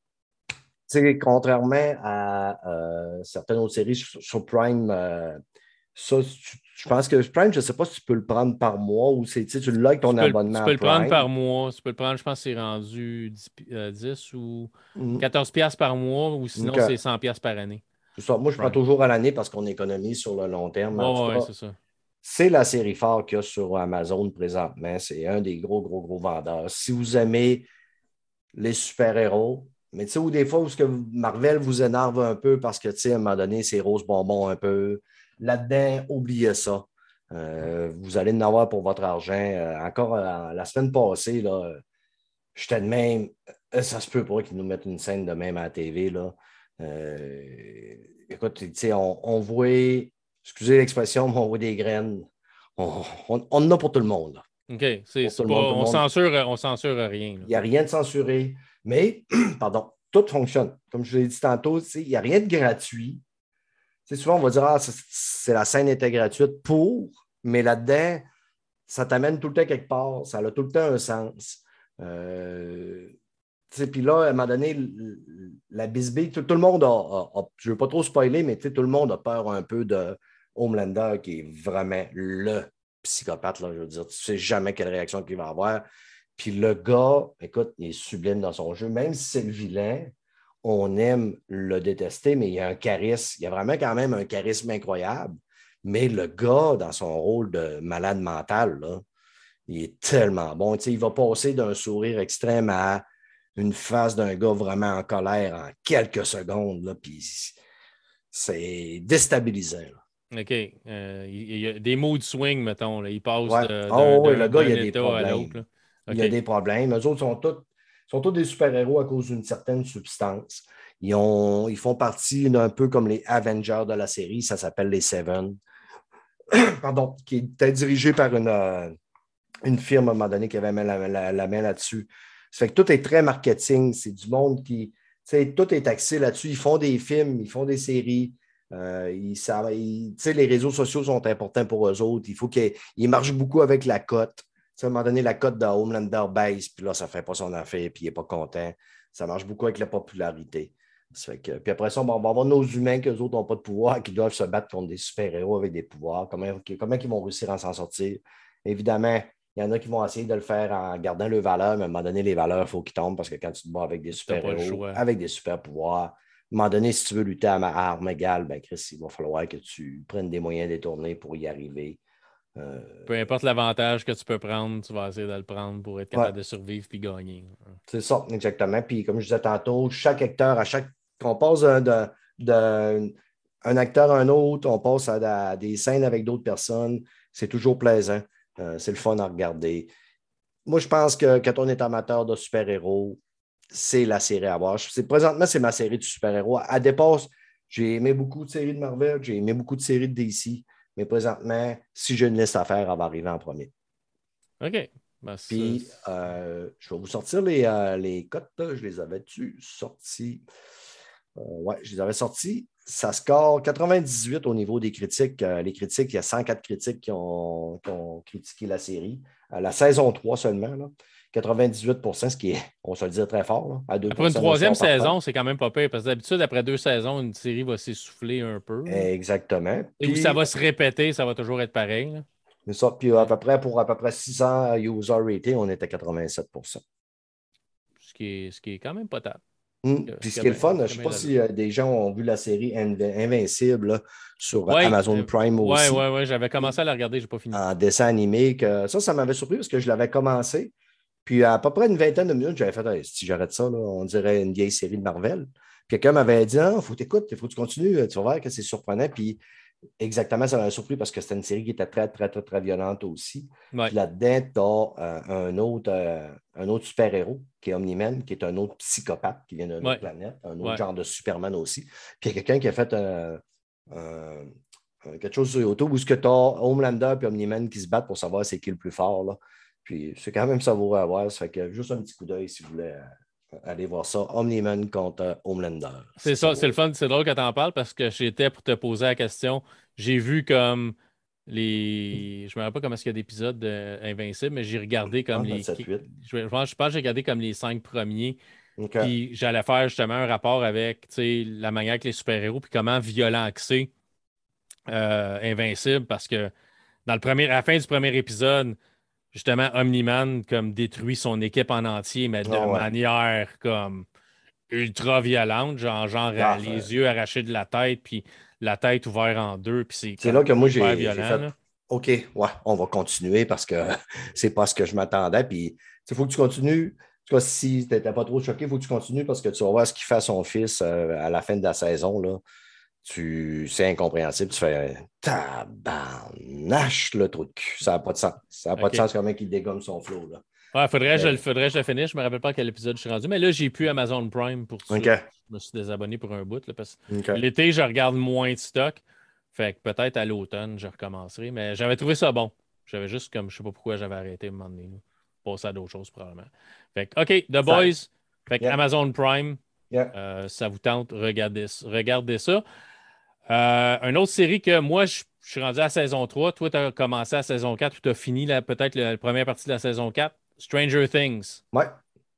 Tu sais, contrairement à euh, certaines autres séries sur, sur Prime, euh, ça, tu- je pense que Prime, je ne sais pas si tu peux le prendre par mois ou c'est, tu sais, tu l'as avec Tu ton peux, le- tu abonnement peux à le prendre Prime. par mois. Tu peux le prendre, je pense que c'est rendu dix pi- euh, dix ou Mm. quatorze piastres par mois ou sinon Donc, c'est cent piastres par année. c'est ça. Moi, je prends Prime. toujours à l'année parce qu'on économise sur le long terme. Ouais, En tout ouais, ouais, cas, c'est ça. c'est la série phare qu'il y a sur Amazon présentement. C'est un des gros, gros, gros vendeurs. Si vous aimez les super-héros, mais tu sais, ou des fois où ce que Marvel vous énerve un peu parce que, tu sais, à un moment donné, c'est rose bonbon un peu. Là-dedans, oubliez ça. Euh, vous allez en avoir pour votre argent. Euh, encore euh, la semaine passée, là, j'étais de même. euh, Ça se peut pas qu'ils nous mettent une scène de même à la T V. Là. Euh, écoute, tu sais, on, on voit, excusez l'expression, mais on voit des graines. On, on, on en a pour tout le monde. Là. OK. C'est Pour tout c'est le pas. monde, tout le On monde. censure, on censure rien, Il là. n'y a rien de censuré. Mais, pardon, tout fonctionne. Comme je l'ai dit tantôt, il n'y a rien de gratuit. T'sais, souvent, on va dire, ah, c'est, c'est la scène était gratuite pour, mais là-dedans, ça t'amène tout le temps quelque part. Ça a tout le temps un sens. Euh, puis là, à un moment donné, la bisbille, tout, tout le monde a, a- a- je ne veux pas trop spoiler, mais tout le monde a peur un peu de Homelander, qui est vraiment le psychopathe. Là, je veux dire, tu ne sais jamais quelle réaction il va avoir. Puis le gars, écoute, il est sublime dans son jeu. Même si c'est le vilain, on aime le détester, mais il y a un charisme. Il y a vraiment quand même un charisme incroyable. Mais le gars, dans son rôle de malade mental, là, il est tellement bon. Tu sais, il va passer d'un sourire extrême à une face d'un gars vraiment en colère en quelques secondes. Là, puis c'est déstabilisant. Là. OK. Euh, il, il y a des mood swing, mettons, là. Il passe Ouais. de- d'un Oh, oui, le d'un- gars, il d'un y a des état à l'autre, problèmes. là. Il y a OK. des problèmes. Eux autres sont tous, sont tous des super-héros à cause d'une certaine substance. Ils, ont, ils font partie d'un peu comme les Avengers de la série. Ça s'appelle les Seven. Pardon, qui était dirigé par une, euh, une firme à un moment donné qui avait la, la, la main là-dessus. Ça fait que tout est très marketing. C'est du monde qui. Tout est axé là-dessus. Ils font des films, ils font des séries. Euh, ils, ça, ils, les réseaux sociaux sont importants pour eux autres. Il faut qu'ils ils marchent beaucoup avec la cote. À un moment donné, la cote de Homelander baisse, puis là, ça ne fait pas son affaire, puis il n'est pas content. Ça marche beaucoup avec la popularité. Ça fait que, puis après ça, bon, on va avoir nos humains, qu'eux autres n'ont pas de pouvoir, qui doivent se battre contre des super-héros avec des pouvoirs. Comment, comment ils vont réussir à s'en sortir? Évidemment, il y en a qui vont essayer de le faire en gardant leurs valeurs, mais à un moment donné, les valeurs, il faut qu'ils tombent parce que quand tu te bats avec des T'as pas le super-héros, choix. avec des super-pouvoirs, à un moment donné, si tu veux lutter à, ma, à armes égales, ben Chris, il va falloir que tu prennes des moyens détournés pour y arriver. Euh, Peu importe l'avantage que tu peux prendre, tu vas essayer de le prendre pour être ouais, capable de survivre puis gagner. c'est ça, exactement. Puis comme je disais tantôt, chaque acteur, à chaque. On passe d'un de, de, un acteur à un autre, on passe à, à des scènes avec d'autres personnes. C'est toujours plaisant. Euh, c'est le fun à regarder. Moi, je pense que quand on est amateur de super-héros, c'est la série à voir. C'est, présentement, c'est ma série de super-héros. À départ, j'ai aimé beaucoup de séries de Marvel, j'ai aimé beaucoup de séries de D C, mais présentement, si j'ai une liste à faire, elle va arriver en premier. OK. Ben, Puis, euh, je vais vous sortir les, euh, les cotes. Là. Je les avais-tu sortis? Euh, oui, je les avais sortis. Ça score quatre-vingt-dix-huit au niveau des critiques. Euh, les critiques, il y a cent quatre critiques qui ont, qui ont critiqué la série. Euh, la saison trois seulement, là. quatre-vingt-dix-huit pour cent, ce qui est, on se le dit, très fort, là, à Après une deux pour cent de troisième score partant. saison, c'est quand même pas pire, parce que d'habitude, après deux saisons, une série va s'essouffler un peu. Là. Exactement. Et où ça Puis, va se répéter, ça va toujours être pareil. Là. c'est ça. Puis, à Mais, peu près, pour à peu près six cents user rating, on était à quatre-vingt-sept pour cent. ce, qui est, ce qui est quand même potable. Hum. Ce Puis qui ce a qui est le bien, fun, je ce ne qui a sais bien pas d'allure. si euh, des gens ont vu la série Inv- Invincible là, sur Oui, Amazon euh, Prime ouais, aussi. ouais, ouais, j'avais commencé Puis à la regarder, je n'ai pas fini. en dessin animé, que ça, ça m'avait surpris parce que je l'avais commencé. Puis à peu près une vingtaine de minutes, j'avais fait hey, si j'arrête ça, là, on dirait une vieille série de Marvel. Puis quelqu'un m'avait dit ah, faut t'écouter, il faut que tu continues, tu vas voir que c'est surprenant. Puis exactement, ça m'a surpris parce que c'était une série qui était très, très, très, très violente aussi. Ouais, Puis là-dedans, tu as un autre, euh, un autre super-héros qui est Omni-Man, qui est un autre psychopathe qui vient d'une autre ouais, planète, un autre ouais. genre de Superman aussi. Puis il y a quelqu'un qui a fait euh, euh, euh, quelque chose sur YouTube où tu as Homelander et Omni-Man qui se battent pour savoir c'est qui le plus fort. Là. Puis c'est quand même savoureux à voir. Ça fait que juste un petit coup d'œil si vous voulez euh, aller voir ça. Omni-Man contre Homelander. C'est C'est ça, c'est le savoureux. fun, c'est drôle que tu en parles parce que j'étais pour te poser la question. J'ai vu comme les. Je me rappelle pas comment est-ce qu'il y a d'épisodes d'Invincible, mais j'ai regardé Ah, comme notre les. sept huit. Je je pense je pense que j'ai regardé comme les cinq premiers. OK. Puis j'allais faire justement un rapport avec tu sais, la manière que les super-héros, puis comment violent que c'est euh, Invincible, parce que dans le premier, à la fin du premier épisode, justement, Omni-Man comme détruit son équipe en entier, mais de Ah ouais. manière comme ultra violente, genre, genre euh, Ah, les fait- yeux arrachés de la tête, puis la tête ouverte en deux, puis c'est c'est là comme que moi, hyper j'ai j'ai violent, fait là. OK, ouais, on va continuer parce que c'est pas ce que je m'attendais. Puis, il faut que tu continues. En tout cas, si tu n'étais pas trop choqué, il faut que tu continues parce que tu vas voir ce qu'il fait à son fils euh, à la fin de la saison. Là. Tu... C'est incompréhensible. Tu fais tabarnache le truc. Ça n'a pas de sens. Ça n'a pas de OK. sens comment il dégomme son flow. Là. Ouais, faudrait que je le Mais, faudrait que je le finisse. Je me rappelle pas à quel épisode je suis rendu, mais là, j'ai plus Amazon Prime pour ça. OK. Je me suis désabonné pour un bout, là, parce que OK. l'été, je regarde moins de stock. Fait que peut-être à l'automne, je recommencerai. Mais j'avais trouvé ça bon. J'avais juste comme, je sais pas pourquoi j'avais arrêté à un moment donné. Là. Passer à d'autres choses, probablement. Fait que, OK, The Ça, Boys. Fait que yeah, Amazon Prime, yeah. euh, ça vous tente, regardez, regardez ça. Euh, une autre série que moi, je, je suis rendu à la saison trois. Toi, tu as commencé à la saison quatre ou tu as fini la- peut-être la, la première partie de la saison quatre. Stranger Things. Ouais.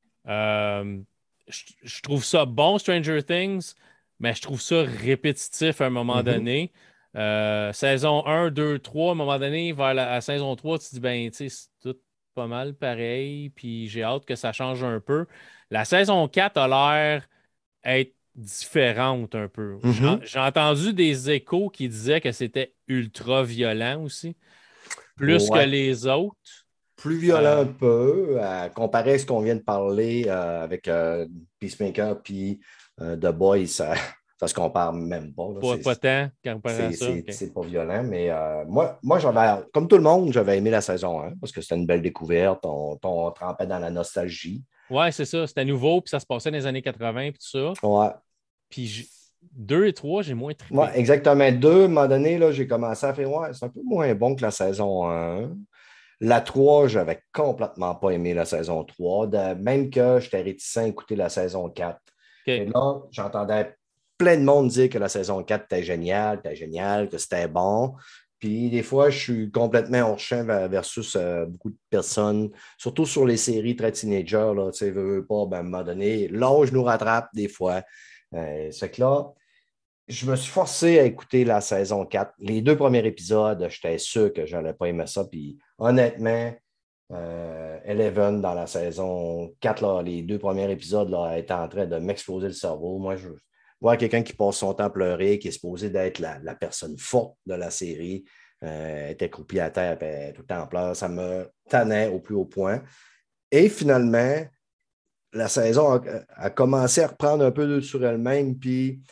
Euh, je, je trouve ça bon, Stranger Things, mais je trouve ça répétitif à un moment Mhm. donné. Euh, saison un, deux, trois, à un moment donné, vers la à saison trois, tu te dis, ben, tu sais, c'est tout pas mal pareil, puis j'ai hâte que ça change un peu. La saison quatre a l'air être différente un peu. J'ai Mhm. j'ai entendu des échos qui disaient que c'était ultra violent aussi, plus que Ouais. les autres. Plus violent Euh, un peu, à comparer à ce qu'on vient de parler euh, avec euh, Peacemaker puis euh, The Boys, ça, ça se compare même pas. Là. pas, C'est, pas tant comparé à c'est, ça. c'est, OK. c'est pas violent, mais euh, moi, moi j'avais, comme tout le monde, j'avais aimé la saison un parce que c'était une belle découverte. On, on trempait dans la nostalgie. Ouais, c'est ça. C'était nouveau, puis ça se passait dans les années quatre-vingts, puis tout ça. Ouais, Puis j- deux et trois, j'ai moins ouais, trippé. exactement. Deux, à un moment donné, là, j'ai commencé à faire ouais, c'est un peu moins bon que la saison un. La trois, j'avais complètement pas aimé la saison trois, de- même que j'étais réticent à écouter la saison quatre. Et OK. là, j'entendais plein de monde dire que la saison quatre était géniale, était géniale, que c'était bon. Puis des fois, je suis complètement hors champ ver- versus euh, beaucoup de personnes, surtout sur les séries très teenagers, là, tu sais, veux, veux pas, ben, à un moment donné, l'âge nous rattrape des fois. Euh, c'est que là, je me suis forcé à écouter la saison quatre. Les deux premiers épisodes, j'étais sûr que je n'allais pas aimer ça. Puis honnêtement, euh, Eleven dans la saison quatre, là, les deux premiers épisodes, là, était en train de m'exploser le cerveau. Moi, je vois quelqu'un qui passe son temps à pleurer, qui est supposé d'être la, la personne forte de la série, euh, était croupie à terre, puis tout le temps en pleurs. Ça me tannait au plus haut point. Et finalement, la saison a, a commencé à reprendre un peu sur elle-même, puis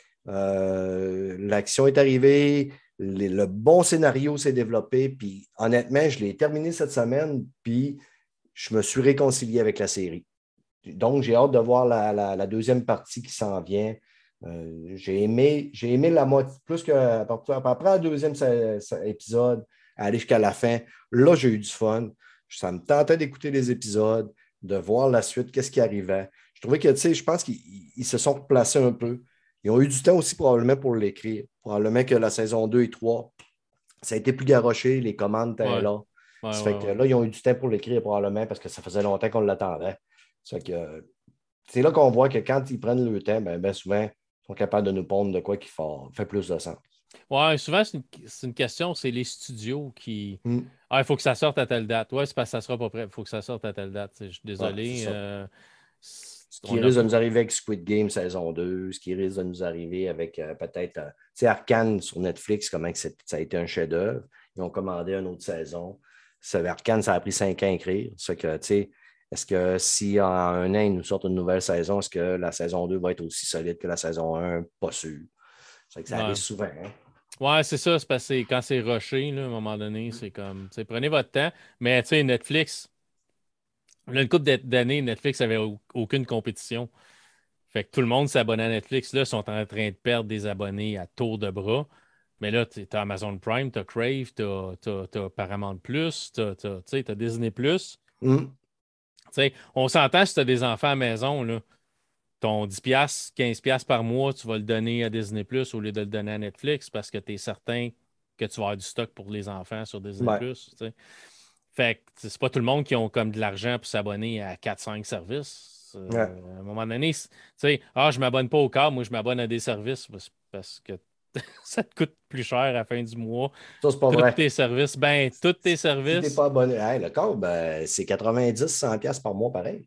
euh, l'action est arrivée, les, le bon scénario s'est développé, puis honnêtement, je l'ai terminé cette semaine, puis je me suis réconcilié avec la série. Donc, j'ai hâte de voir la, la, la deuxième partie qui s'en vient. Euh, j'ai aimé, j'ai aimé la moitié, plus que après le deuxième épisode, aller jusqu'à la fin. Là, j'ai eu du fun. Ça me tentait d'écouter les épisodes, de voir la suite, qu'est-ce qui arrivait. Je trouvais que, tu sais, je pense qu'ils ils se sont replacés un peu. Ils ont eu du temps aussi probablement pour l'écrire. Probablement que la saison deux et trois, ça a été plus garoché, les commandes étaient Ouais, là. ouais, Ça ouais, fait que ouais. là, ils ont eu du temps pour l'écrire probablement parce que ça faisait longtemps qu'on l'attendait. Ça fait que c'est là qu'on voit que quand ils prennent le temps, ben, ben souvent, ils sont capables de nous pondre de quoi qui fait, fait plus de sens. Ouais, souvent, c'est une, c'est une question, c'est les studios qui. Mm. Ah, il faut que ça sorte à telle date. Ouais, c'est parce que ça sera pas prêt. Il faut que ça sorte à telle date. Je suis Ouais, c'est désolé. ça. euh, Ce qui on a risque de nous pas. arriver avec Squid Game saison deux, ce qui risque de nous arriver avec euh, peut-être, euh, tu sais, Arcane sur Netflix, comment que ça a été un chef-d'œuvre. Ils ont commandé une autre saison. Ça, Arcane, ça a pris cinq ans à écrire. Ça que, tu sais, est-ce que si en un an, ils nous sortent une nouvelle saison, est-ce que la saison deux va être aussi solide que la saison un? Pas sûr. Ça, que ça arrive Ouais, souvent. Hein? ouais c'est ça. C'est parce que quand c'est rushé, là, à un moment donné, c'est comme. tu sais, Prenez votre temps. Mais tu sais, Netflix, là, une couple d'années, Netflix avait au- aucune compétition. Fait que tout le monde s'abonnait à Netflix. Là, ils sont en train de perdre des abonnés à tour de bras. Mais là, tu as Amazon Prime, tu as Crave, tu as, Paramount Plus, tu as, Disney Plus. Mm. Tu sais, on s'entend si tu as des enfants à la maison, là, ton dix piastres, quinze piastres par mois, tu vas le donner à Disney Plus au lieu de le donner à Netflix parce que tu es certain que tu vas avoir du stock pour les enfants sur Disney Ouais. Plus. Tu sais. Fait que c'est pas tout le monde qui ont comme de l'argent pour s'abonner à quatre cinq services. Ouais. Euh, à un moment donné, tu sais, ah, je m'abonne pas au câble, moi je m'abonne à des services parce parce que ça te coûte plus cher à la fin du mois. Ça, c'est pas Tous vrai. tes services, ben, tous tes Si tu n'es services pas abonné, hey, le corps, ben, c'est quatre-vingt-dix, cent piastres par mois, pareil.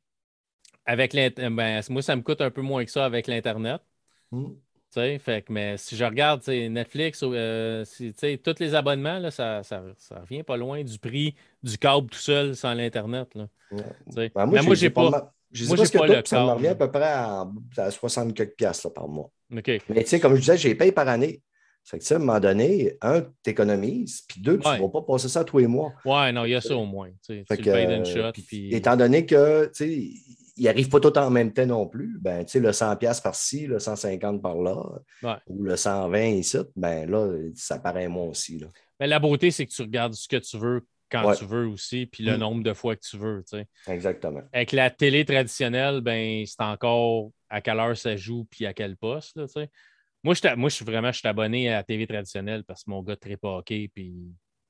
avec l'Internet, ben, moi, ça me coûte un peu moins que ça avec l'Internet. Mm. Tu sais, fait que, mais si je regarde tu sais, Netflix, euh, si, tu sais, tous les abonnements, là, ça, ça, ça revient pas loin du prix du câble tout seul sans l'Internet. Là, Ouais. tu sais. Ben, moi, Mais je moi, les j'ai ai pas pas, mal. Je les ai moi, j'ai presque pas tous, le puis ça me revient à câble. peu près à, à soixante quelques piastres là, par mois. OK. Mais tu sais, comme je disais, j'ai payé par année. Ça fait que, tu sais, à un moment donné, un, tu économises, puis deux, tu ne vas Ouais. pas passer ça tous les mois. Ouais, non, Fait il y a que, ça au moins. Tu sais, fait tu le que, payes d'une euh, shot, puis, puis. étant donné que, tu sais, ils n'arrivent pas tout en même temps non plus, ben, tu sais, le cent piastres par-ci, le cent cinquante par-là, Ouais. ou le cent vingt ici, ben là, ça paraît moins aussi. Là. Mais la beauté, c'est que tu regardes ce que tu veux quand Ouais. tu veux aussi, puis le Mm. nombre de fois que tu veux. Tu sais. Exactement. Avec la télé traditionnelle, ben, c'est encore à quelle heure ça joue, puis à quel poste. Là, tu sais. Moi, je, moi, je suis vraiment je suis abonné à la T V traditionnelle parce que mon gars tripe hockey, puis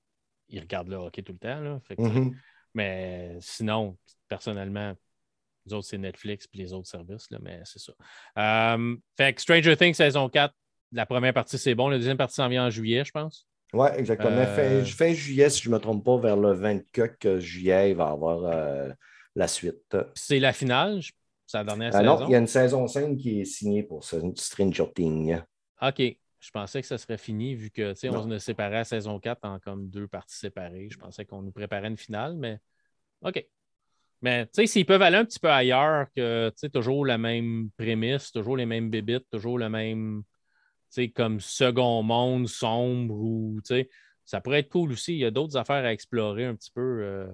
il regarde le hockey tout le temps. Là. Fait que, tu sais, Mhm. mais sinon, personnellement, les autres, c'est Netflix puis les autres services, là, mais c'est ça. Euh, fait que Stranger Things saison quatre, la première partie, c'est bon. La deuxième partie s'en vient en juillet, je pense. Oui, exactement. Fin, Euh, fin juillet, si je ne me trompe pas, vers le vingt-quatre juillet, il va y avoir euh, la suite. c'est la finale, je- c'est la dernière Euh, non, il y saison. a une saison cinq qui est signée pour ça, une Stranger Things. OK. Je pensais que ça serait fini vu que, tu sais, on Non. a séparé la saison quatre en comme deux parties séparées. Je pensais qu'on nous préparait une finale, mais OK. Mais tu sais, s'ils peuvent aller un petit peu ailleurs, que tu sais, toujours la même prémisse, toujours les mêmes bébites, toujours le même, tu sais, comme second monde sombre ou tu sais, ça pourrait être cool aussi. Il y a d'autres affaires à explorer un petit peu, euh,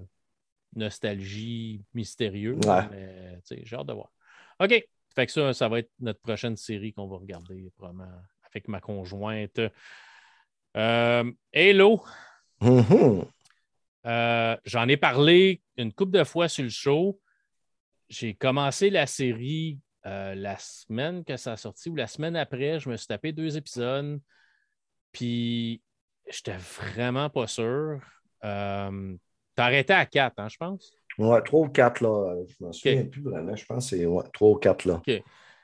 nostalgie, mystérieux, là, Ouais. mais tu sais, j'ai hâte de voir. OK. Fait que ça, ça va être notre prochaine série qu'on va regarder, probablement, avec ma conjointe. Euh, Hello. Mhm. Euh, j'en ai parlé une couple de fois sur le show. J'ai commencé la série euh, la semaine que ça a sorti ou la semaine après. Je me suis tapé deux épisodes. Puis, j'étais vraiment pas sûr. Euh, T'as arrêté à quatre, hein, je pense? Ouais, trois ou quatre, là. Je ne m'en OK. souviens plus vraiment. Je pense que c'est ouais, trois ou quatre, là. OK.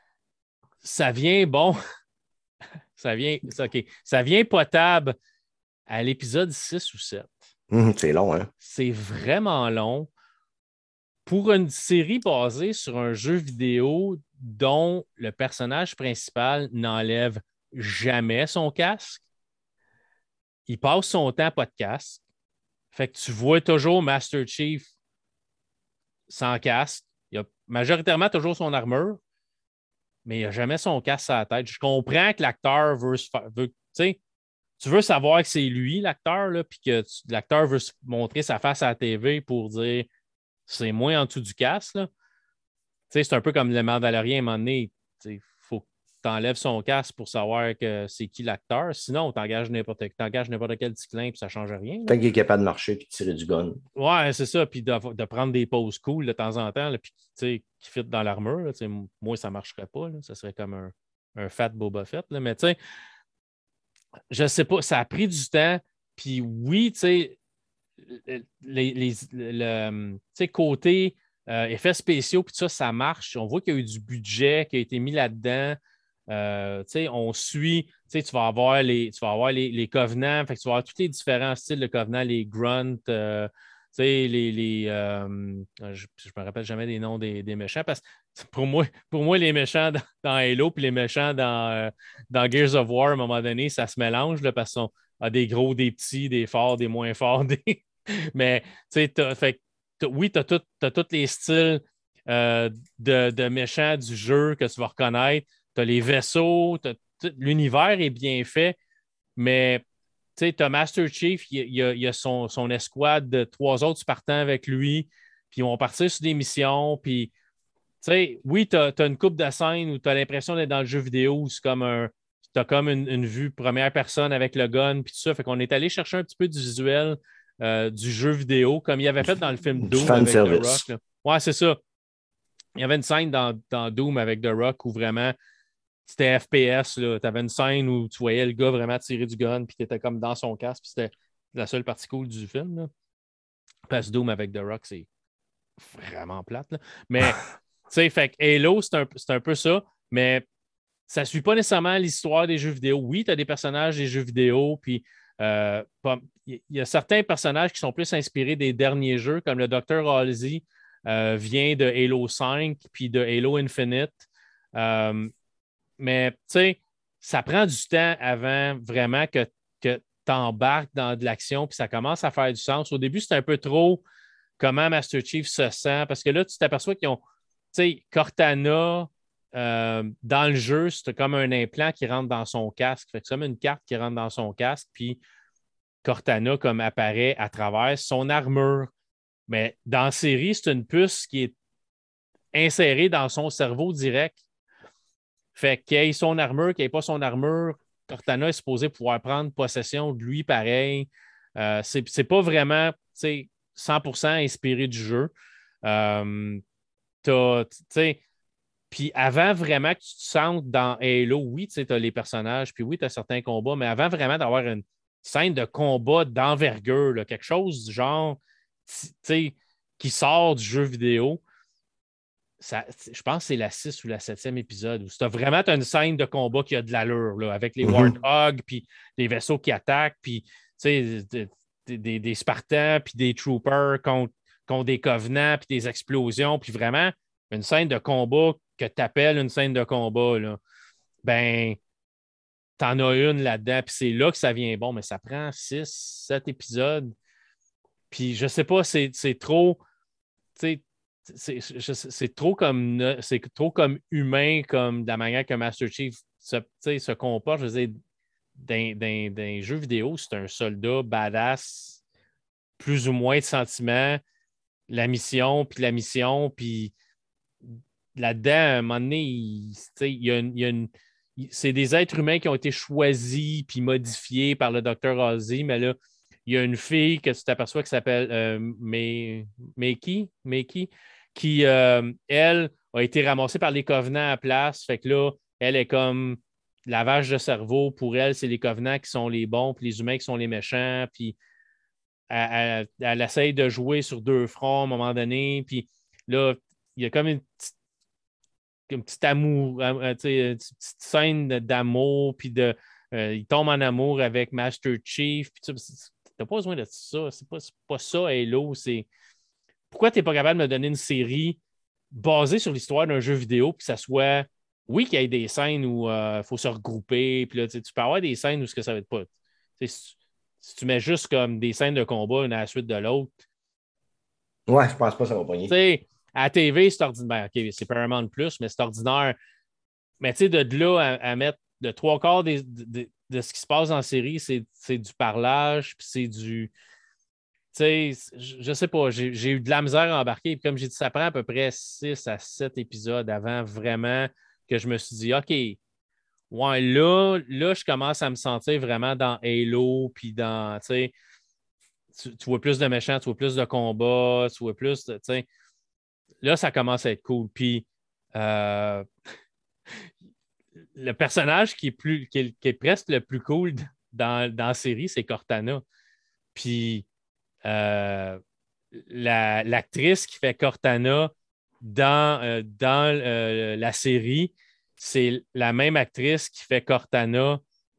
Ça vient bon. Ça vient, ça, OK. Ça vient potable à l'épisode six ou sept. Mhm, c'est long, hein? C'est vraiment long. Pour une série basée sur un jeu vidéo dont le personnage principal n'enlève jamais son casque, il passe son temps pas de casque. Fait que tu vois toujours Master Chief sans casque. Il a majoritairement toujours son armure, mais il n'a jamais son casque à la tête. Je comprends que l'acteur veut se faire. Veut, tu sais, tu veux savoir que c'est lui, l'acteur, là, puis que tu- l'acteur veut se montrer sa face à la T V pour dire c'est moi en dessous du casque. Là. Tu sais, c'est un peu comme le Mandalorien, à un moment donné. Il faut t'enlèves son casque pour savoir que c'est qui l'acteur. Sinon, t'engages n'importe, t'engages n'importe quel petit clin puis ça ne change rien. Tant qu'il est capable de marcher et de tirer du gun. Ouais, c'est ça. Puis de, de prendre des pauses cool de temps en temps, là, puis qui fit dans l'armure. Là, moi, ça ne marcherait pas. Là. Ça serait comme un, un fat Boba Fett. Là. Mais tu sais, je sais pas, ça a pris du temps. Puis oui, tu sais, les, les, le, le côté euh, effets spéciaux, puis ça, ça marche. On voit qu'il y a eu du budget qui a été mis là-dedans. Euh, on suit, tu vas avoir les, tu vas avoir les, les Covenants, fait que tu vas avoir tous les différents styles de Covenants, les Grunts, euh, les, les euh, je ne me rappelle jamais des noms des, des méchants, parce que pour moi, pour moi les méchants dans, dans Halo puis les méchants dans, euh, dans Gears of War, à un moment donné, ça se mélange là, parce qu'on a des gros, des petits, des forts, des moins forts, des... mais tu sais, oui, tu as tous les styles euh, de, de méchants du jeu que tu vas reconnaître. Tu as les vaisseaux, l'univers est bien fait, mais tu as Master Chief, il y a, il y a son, son escouade de trois autres Spartans avec lui, puis ils vont partir sur des missions, puis oui, tu as, as une coupe de scène où tu as l'impression d'être dans le jeu vidéo, c'est comme un. Tu as comme une, une vue première personne avec le gun, puis tout ça. Fait qu'on est allé chercher un petit peu du visuel euh, du jeu vidéo, comme il avait fait dans le film Doom avec The Rock. Là. Ouais, c'est ça. Il y avait une scène dans, dans Doom avec The Rock où vraiment c'était F P S. Tu avais une scène où tu voyais le gars vraiment tirer du gun, puis tu étais comme dans son casque, puis c'était la seule partie cool du film. Là. Parce que Doom avec The Rock, c'est vraiment plate. Là. Mais, tu sais, fait que Halo, c'est un, c'est un peu ça, mais ça ne suit pas nécessairement l'histoire des jeux vidéo. Oui, tu as des personnages des jeux vidéo, puis euh, il y a certains personnages qui sont plus inspirés des derniers jeux, comme le docteur Halsey euh, vient de Halo cinq puis de Halo Infinite. Euh, mais, tu sais, ça prend du temps avant vraiment que, que tu embarques dans de l'action, puis ça commence à faire du sens. Au début, c'est un peu trop comment Master Chief se sent, parce que là, tu t'aperçois qu'ils ont, tu sais, Cortana, euh, dans le jeu, c'est comme un implant qui rentre dans son casque. Fait que c'est comme une carte qui rentre dans son casque, puis Cortana comme apparaît à travers son armure. Mais dans la série, c'est une puce qui est insérée dans son cerveau direct. Fait qu'il ait son armure, qu'il n'ait pas son armure, Cortana est supposé pouvoir prendre possession de lui pareil. Euh, c'est, c'est pas vraiment cent pour cent inspiré du jeu. Euh, t'as, Puis avant vraiment que tu te sentes dans Halo, oui, tu as les personnages, puis oui, tu as certains combats, mais avant vraiment d'avoir une scène de combat d'envergure, là, quelque chose du genre qui sort du jeu vidéo, ça, je pense que c'est la six ou la septième épisode où tu as vraiment une scène de combat qui a de l'allure, là, avec les mm-hmm. Warthogs, puis les vaisseaux qui attaquent, puis des, des, des Spartans, puis des Troopers contre, contre des Covenants, puis des explosions, puis vraiment une scène de combat que tu appelles une scène de combat, là, ben, t'en as une là-dedans, puis c'est là que ça vient bon, mais ça prend six, sept épisodes. Puis je sais pas, c'est, c'est trop, tu sais, c'est, c'est trop comme c'est trop comme humain, comme de la manière que Master Chief se, se comporte. Je veux dire, dans, dans, dans les jeux vidéo, c'est un soldat badass, plus ou moins de sentiments, la mission, puis la mission, puis là-dedans, à un moment donné, il, il y a une, il y a une, c'est des êtres humains qui ont été choisis puis modifiés par le docteur Halsey, mais là, il y a une fille que tu t'aperçois qui s'appelle euh, Makey, Makey, qui, euh, elle, a été ramassée par les Covenants à la place. Fait que là, elle est comme lavage de cerveau. Pour elle, c'est les Covenants qui sont les bons, puis les humains qui sont les méchants. Puis elle, elle, elle essaye de jouer sur deux fronts à un moment donné. Puis là, il y a comme une petite un petit amour, une petite scène d'amour, puis de, euh, il tombe en amour avec Master Chief. Tu n'as pas besoin de ça. C'est pas, pas ça, Halo. C'est... Pourquoi tu n'es pas capable de me donner une série basée sur l'histoire d'un jeu vidéo, puis que ça soit, oui, qu'il y ait des scènes où il euh, faut se regrouper, puis là, tu peux avoir des scènes où ce que ça va être pas. Si, si tu mets juste comme des scènes de combat une à la suite de l'autre. Ouais, je pense pas que ça va pogner. Tu sais, à la T V, c'est ordinaire. OK, c'est Paramount Plus, mais c'est ordinaire. Mais tu sais, de, de là à, à mettre de trois quarts des, de, de ce qui se passe en série, c'est, c'est du parlage, puis c'est du. Tu sais, je, je sais pas, j'ai, j'ai eu de la misère à embarquer. Puis comme j'ai dit, ça prend à peu près six à sept épisodes avant vraiment que je me suis dit, OK, ouais, là, là, je commence à me sentir vraiment dans Halo, puis dans, tu sais, tu, tu vois plus de méchants, tu vois plus de combats, tu vois plus de, tu sais, là, ça commence à être cool. Puis, euh, le personnage qui est, plus, qui est, qui est presque le plus cool dans, dans la série, c'est Cortana. Puis, euh, la, l'actrice qui fait Cortana dans, euh, dans euh, la série, c'est la même actrice qui fait Cortana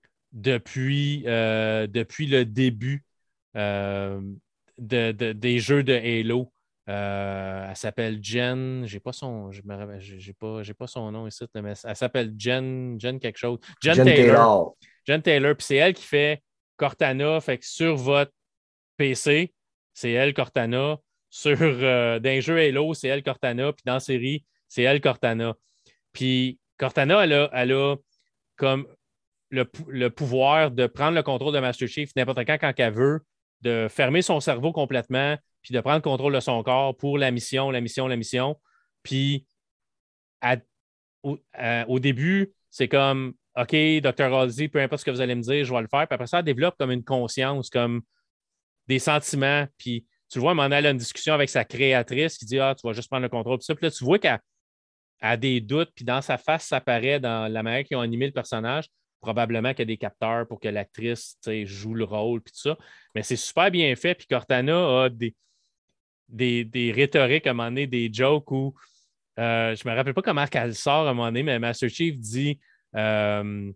depuis, euh, depuis le début euh, de, de- des jeux de Halo. Euh, elle s'appelle Jen, j'ai pas son, je me rappelle- j'ai j'ai pas, j'ai pas son nom ici, là, mais elle s'appelle Jen, Jen quelque chose. Jen Jen Taylor. Taylor. Jen Taylor, puis c'est elle qui fait Cortana, fait que sur votre P C, c'est elle Cortana. Sur euh, dans les jeux Halo, c'est elle Cortana, puis dans la série, c'est elle Cortana. Puis Cortana, elle a, elle a comme le, le pouvoir de prendre le contrôle de Master Chief n'importe quand, quand elle veut, de fermer son cerveau complètement, puis de prendre le contrôle de son corps pour la mission, la mission, la mission. Puis à- au, à- au début, c'est comme OK, docteur Halsey, peu importe ce que vous allez me dire, je vais le faire. Puis après ça, elle développe comme une conscience, comme des sentiments. Puis tu le vois, à un moment donné, elle a une discussion avec sa créatrice qui dit Ah, tu vas juste prendre le contrôle. Puis, ça, puis là, tu vois qu'elle a des doutes, puis dans sa face, ça paraît dans la manière qu'ils ont animé le personnage. Probablement qu'il y a des capteurs pour que l'actrice joue le rôle, puis tout ça. Mais c'est super bien fait. Puis Cortana a des, des, des rhétoriques à un moment donné, des jokes où euh, je ne me rappelle pas comment elle sort à un moment donné, mais Master Chief dit euh,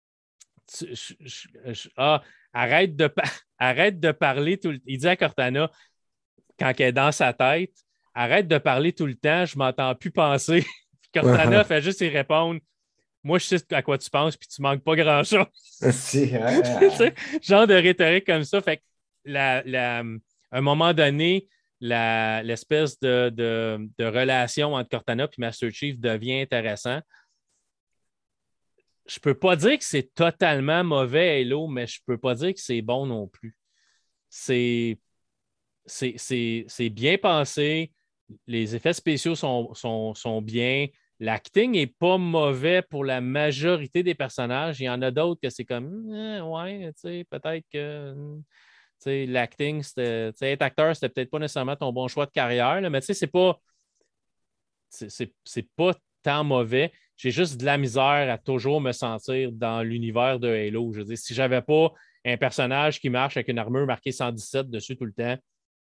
tu- je- je- je- ah, arrête de, pa- arrête de parler tout le Il dit à Cortana, quand elle est dans sa tête, arrête de parler tout le temps, je m'entends plus penser. Puis Cortana fait juste y répondre. Moi, je sais à quoi tu penses, puis tu manques pas grand-chose. Si, Tu hein, sais, genre de rhétorique comme ça. Fait que la, la- à un moment donné, la- l'espèce de, de, de relation entre Cortana et Master Chief devient intéressant. Je peux pas dire que c'est totalement mauvais, Halo, mais je peux pas dire que c'est bon non plus. C'est c'est, c'est, c'est bien pensé. Les effets spéciaux sont, sont, sont bien. L'acting n'est pas mauvais pour la majorité des personnages. Il y en a d'autres que c'est comme, eh, ouais, tu sais, peut-être que hmm, tu sais, l'acting, c'était, tu sais, être acteur, c'était peut-être pas nécessairement ton bon choix de carrière, là, mais tu sais, c'est pas, c'est, c'est, c'est pas tant mauvais. J'ai juste de la misère à toujours me sentir dans l'univers de Halo. Je veux dire, si j'avais pas un personnage qui marche avec une armure marquée cent dix-sept dessus tout le temps,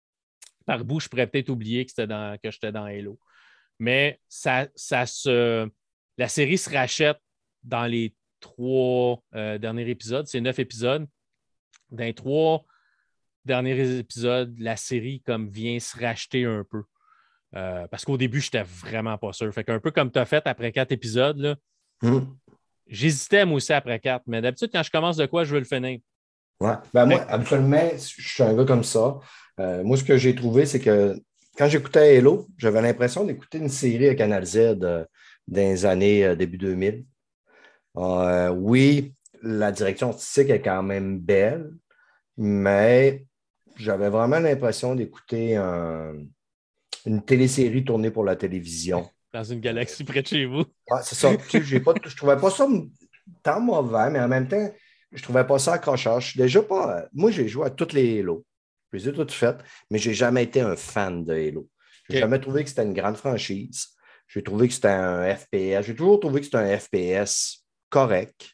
par bout, je pourrais peut-être oublier que, c'était dans, que j'étais dans Halo. Mais ça, ça se, la série se rachète dans les trois euh, derniers épisodes. C'est neuf épisodes. Dans les trois derniers épisodes, la série comme vient se racheter un peu. Euh, parce qu'au début, je n'étais vraiment pas sûr. Fait qu'un peu comme tu as fait après quatre épisodes, là, hmm. j'hésitais moi aussi après quatre. Mais d'habitude, quand je commence de quoi, je veux le finir. Ouais. Ben moi, Fait habituellement, je suis un gars comme ça. Euh, moi, ce que j'ai trouvé, c'est que quand j'écoutais Hello, j'avais l'impression d'écouter une série à Canal Z euh, dans les années euh, début deux mille. Euh, oui, la direction artistique est quand même belle, mais j'avais vraiment l'impression d'écouter un- une télésérie tournée pour la télévision. dans une Euh, galaxie près de chez vous. ouais, c'est ça. Tu sais, j'ai pas, je trouvais pas ça tant mauvais, mais en même temps, je trouvais pas ça accrocheur. Je suis déjà pas. Moi, j'ai joué à toutes les Halo. Je les ai toutes faites, mais j'ai jamais été un fan de Halo. J'ai OK. jamais trouvé que c'était une grande franchise. J'ai trouvé que c'était un F P S. J'ai toujours trouvé que c'était un F P S correct.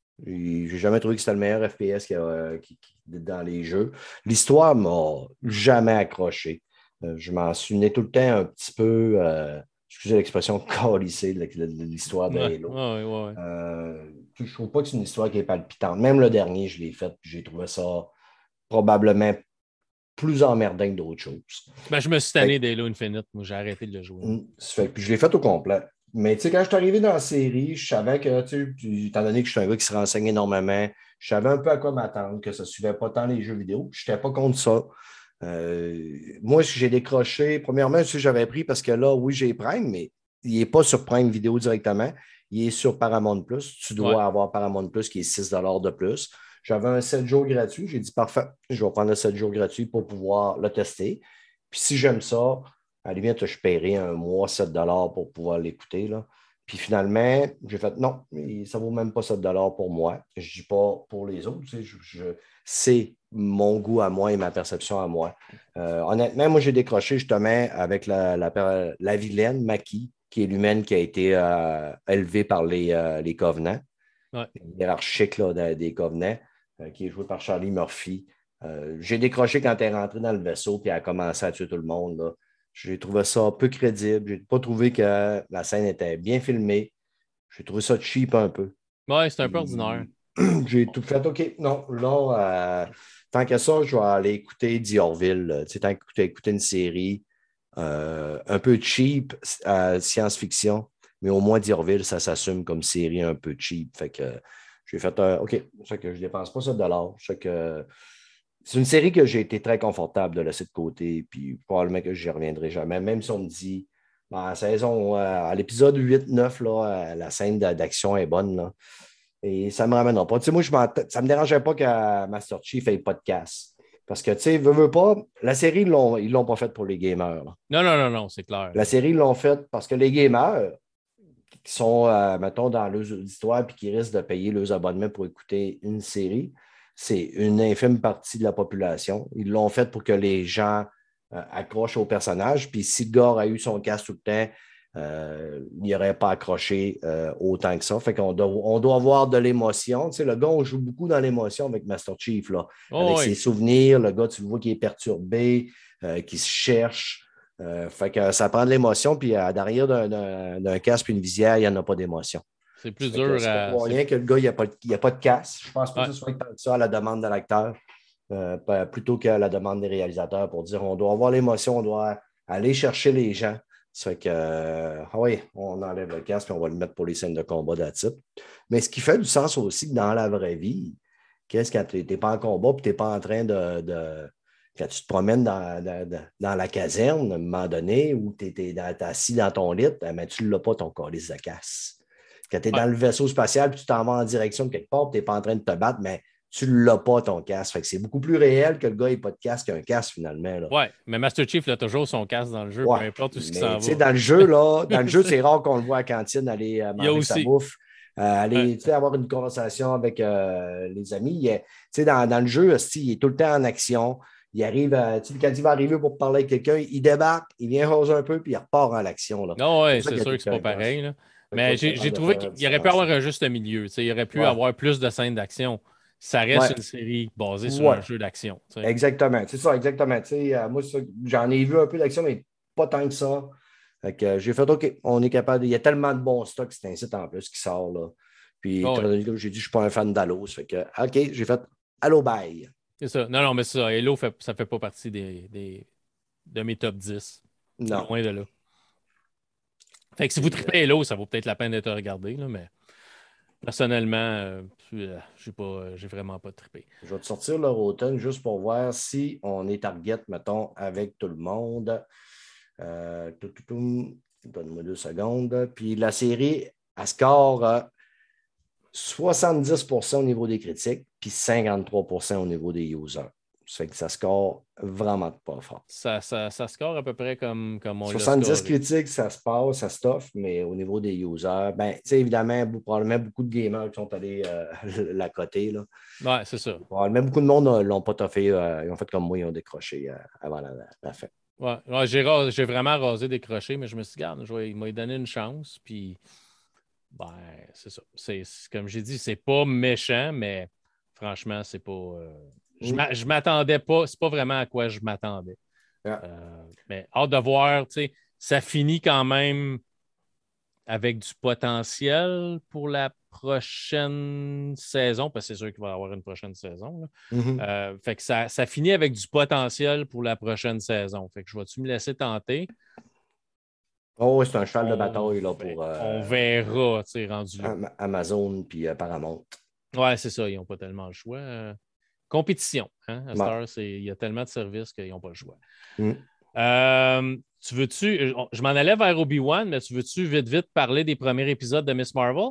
Et j'ai jamais trouvé que c'était le meilleur F P S qu'il y a, qui- qui- dans les jeux. L'histoire m'a jamais accroché. Euh, je m'en souvenais tout le temps un petit peu, euh, excusez l'expression, calissée de, de- de l'histoire de Ouais, Halo. ouais, ouais, ouais. Euh, je ne trouve pas que c'est une histoire qui est palpitante. Même le dernier, je l'ai fait, puis j'ai trouvé ça probablement plus emmerdant que d'autres choses. Ben, je me suis Fait, tanné d'Halo Infinite. Moi, j'ai arrêté de le jouer. que, fait, puis je l'ai fait au complet. Mais tu sais, quand je suis arrivé dans la série, je savais que, tu sais, étant donné que je suis un gars qui se renseigne énormément, je savais un peu à quoi m'attendre, que ça ne suivait pas tant les jeux vidéo. Je n'étais pas contre ça. Euh, moi, si j'ai décroché, premièrement, si j'avais pris parce que là, oui, j'ai Prime, mais il n'est pas sur Prime Vidéo directement. Il est sur Paramount Plus. Tu Ouais. dois avoir Paramount Plus qui est six dollars de plus. J'avais un sept jours gratuit. J'ai dit parfait, je vais prendre le sept jours gratuit pour pouvoir le tester. Puis si j'aime ça, à la limite, je paierai un mois sept dollars pour pouvoir l'écouter. Là. Puis finalement, j'ai fait non, ça ne vaut même pas sept dollars pour moi. Je ne dis pas pour les autres. Tu sais, je, je, c'est mon goût à moi et ma perception à moi. Euh, honnêtement, moi, j'ai décroché justement avec la, la, la vilaine, Maki, qui est l'humaine qui a été euh, élevée par les, euh, les Covenants, Ouais. hiérarchique là, des, des Covenants, euh, qui est joué par Charlie Murphy. Euh, j'ai décroché quand elle est rentrée dans le vaisseau et elle a commencé à tuer tout le monde. Là. J'ai trouvé ça peu crédible. Je n'ai pas trouvé que la scène était bien filmée. J'ai trouvé ça cheap un peu. Ouais, c'est un peu ordinaire. Puis, j'ai tout fait. OK, non, là, euh, tant que ça, je vais aller écouter The Orville. Tu sais, tant qu'écouter écouter une série euh, un peu cheap, euh, science-fiction, mais au moins The Orville, ça s'assume comme série un peu cheap. Fait que euh, j'ai fait, euh, OK, ça que je ne dépense pas sept dollars. Que c'est une série que j'ai été très confortable de laisser de côté, puis probablement que je n'y reviendrai jamais. Même si on me dit, ben, à, saison, euh, à l'épisode huit neuf, là, euh, la scène d'action est bonne. Là, et ça ne me ramènera pas. Tu sais, moi, je ça ne me dérangeait pas que Master Chief ait pas de casse. Parce que, tu sais, veux, veux pas, la série, ils ne l'ont pas faite pour les gamers. Là. Non, non, non, non, c'est clair. La série, ils l'ont faite parce que les gamers qui sont, euh, mettons, dans leurs auditoires et qui risquent de payer leurs abonnements pour écouter une série, c'est une infime partie de la population. Ils l'ont fait pour que les gens euh, accrochent au personnage. Puis si le gars a eu son casque tout le temps, euh, il n'y aurait pas accroché euh, autant que ça. Fait qu'on doit, on doit avoir de l'émotion. Tu sais, le gars, on joue beaucoup dans l'émotion avec Master Chief, là, Oh, avec oui. ses souvenirs. Le gars, tu le vois qui est perturbé, euh, qui se cherche. Euh, fait que ça prend de l'émotion, puis à derrière d'un, d'un, d'un casque et une visière, il n'y en a pas d'émotion. C'est plus Fait dur que c'est pas à. pour c'est- rien que le gars, il n'y a, pas de- il y a pas de casque. Je pense pas Ouais. que ce soit tant que ça à la demande de l'acteur, euh, pas- plutôt qu'à la demande des réalisateurs pour dire on doit avoir l'émotion, on doit aller chercher les gens. Ça fait que, euh, ah oui, on enlève le casque et on va le mettre pour les scènes de combat d'atype. Mais ce qui fait du sens aussi que dans la vraie vie, qu'est-ce quand tu n'es pas en combat et tu n'es pas en train de, de quand tu te promènes dans, dans, dans la caserne, à un moment donné, où tu es, assis dans ton lit, mais tu ne l'as pas, ton calice de casse. Quand tu es Ouais. dans le vaisseau spatial, puis tu t'en vas en direction de quelque part, tu n'es pas en train de te battre, mais tu ne l'as pas, ton casque. Fait que c'est beaucoup plus réel que le gars n'ait pas de casque qu'un casque, finalement. Là. Ouais, mais Master Chief il a toujours son casque dans le jeu, Ouais, peu importe où ce qui mais s'en tu sais, va. dans le jeu, là, dans le jeu, c'est rare qu'on le voit à la cantine aller euh, Il y a manger sa aussi. bouffe, euh, Ouais. aller avoir une conversation avec euh, les amis. Tu sais, dans, dans le jeu, hostie, il est tout le temps en action. Il arrive, à, quand il va arriver pour parler avec quelqu'un, il débarque, il vient rose un peu, puis il repart en l'action. Là. Non, C'est ouais, pour ça c'est qu'il a sûr tout que le c'est temps pas un casque. pareil, là. Fait qu'il Mais faut être j'ai j'ai capable de trouvé faire la qu'il aurait pu avoir différence. un juste milieu. Tu sais, il aurait pu Ouais, avoir plus de scènes d'action. Ça reste ouais, une série basée sur ouais. un jeu d'action. Tu sais. Exactement. C'est ça, exactement. Tu sais, euh, moi, ça, j'en ai vu un peu d'action, mais pas tant que ça. Fait que, euh, j'ai fait OK, on est capable. Il y a tellement de bons stocks, c'est un site en plus qui sort là. Puis, Ah étant ouais, donné que j'ai dit, je ne suis pas un fan d'Halo. Fait que, OK, j'ai fait Halo bye. c'est ça. Non, non, mais c'est ça. Halo, fait, ça fait pas partie des, des- de mes top dix. Non. Loin de là. Fait que si vous Puis, tripez Halo, ça vaut peut-être la peine d'être regardé, là, mais personnellement, euh, euh, j'ai pas, euh, j'ai vraiment pas trippé. je vais te sortir le Rotten juste pour voir si on est target, mettons, avec tout le monde. Euh, tout, tout, tout. Donne-moi deux secondes. Puis la série, elle score euh, soixante-dix pour cent au niveau des critiques, puis cinquante-trois pour cent au niveau des users. Ça fait que ça score vraiment pas fort. Ça, ça, ça score à peu près comme, comme on l'a soixante-dix scoré. critiques, ça se passe, ça stuff, mais au niveau des users, ben, tu sais, évidemment, probablement beaucoup de gamers qui sont allés euh, la côté. Là. Ouais, c'est ça. Probablement beaucoup de monde ne l'ont pas toffé. Euh, ils ont fait comme moi, ils ont décroché euh, avant la, la fin. Ouais, ouais, j'ai, ras- j'ai vraiment rasé des crochets, mais je me suis dit, garde, je vais- il m'a donné une chance. Puis, ben, c'est ça. C'est, c'est- comme j'ai dit, c'est pas méchant, mais franchement, c'est pas. euh, je Mm. m'a- je m'attendais pas. C'est pas vraiment à quoi je m'attendais. Yeah. Euh, mais hâte de voir, tu sais, ça finit quand même avec du potentiel pour la prochaine saison, parce que c'est sûr qu'il va y avoir une prochaine saison. Là. Mm-hmm. Euh, fait que ça, ça finit avec du potentiel pour la prochaine saison. Fait que je vais-tu me laisser tenter? Oh, oui, c'est un cheval de On, bataille là, ver- pour on euh, verra, tu sais, rendu là. Am- Amazon puis euh, Paramount. Ouais, c'est ça, ils n'ont pas tellement le choix. Euh, compétition, hein? À cette Ouais. heure, c'est- il y a tellement de services qu'ils n'ont pas le choix. Mm. Euh, tu veux-tu, je m'en allais vers Obi-Wan, mais tu veux-tu vite, vite parler des premiers épisodes de Miss Marvel?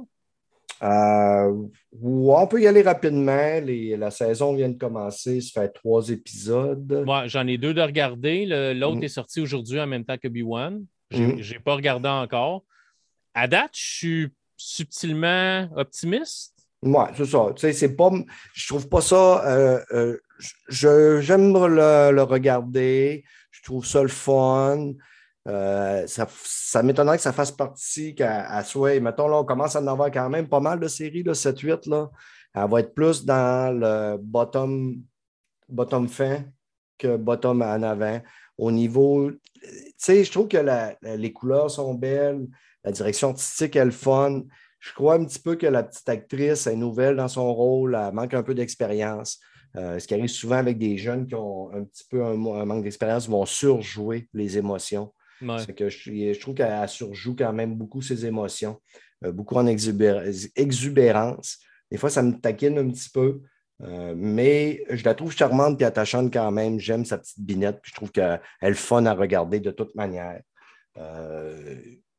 Euh, ouais, on peut y aller rapidement. Les- la saison vient de commencer. Ça fait trois épisodes. Moi, j'en ai deux de regarder. Le- L'autre Mm. est sorti aujourd'hui en même temps que Obi-Wan. Je Mm. n'ai pas regardé encore. à date, je suis subtilement optimiste. Ouais, c'est ça. Tu sais, c'est pas. Je trouve pas ça. Euh, euh, je, j'aime le, le regarder. Je trouve ça le fun. Euh, ça, ça m'étonnerait que ça fasse partie qu'à à souhait. Mettons, là, on commence à en avoir quand même pas mal de séries, là, sept huit, là. Elle va être plus dans le bottom, bottom fin que bottom en avant. Au niveau. Tu sais, je trouve que la- la- les couleurs sont belles, la direction artistique est le fun. Je crois un petit peu que la petite actrice est nouvelle dans son rôle, elle manque un peu d'expérience. Euh, ce qui arrive souvent avec des jeunes qui ont un petit peu un, un manque d'expérience, vont surjouer les émotions. Ouais. C'est que je, je trouve qu'elle surjoue quand même beaucoup ses émotions, euh, beaucoup en exubé- exubérance. Des fois, ça me taquine un petit peu, euh, mais je la trouve charmante et attachante quand même. J'aime sa petite binette, puis je trouve qu'elle est fun à regarder de toute manière. Euh,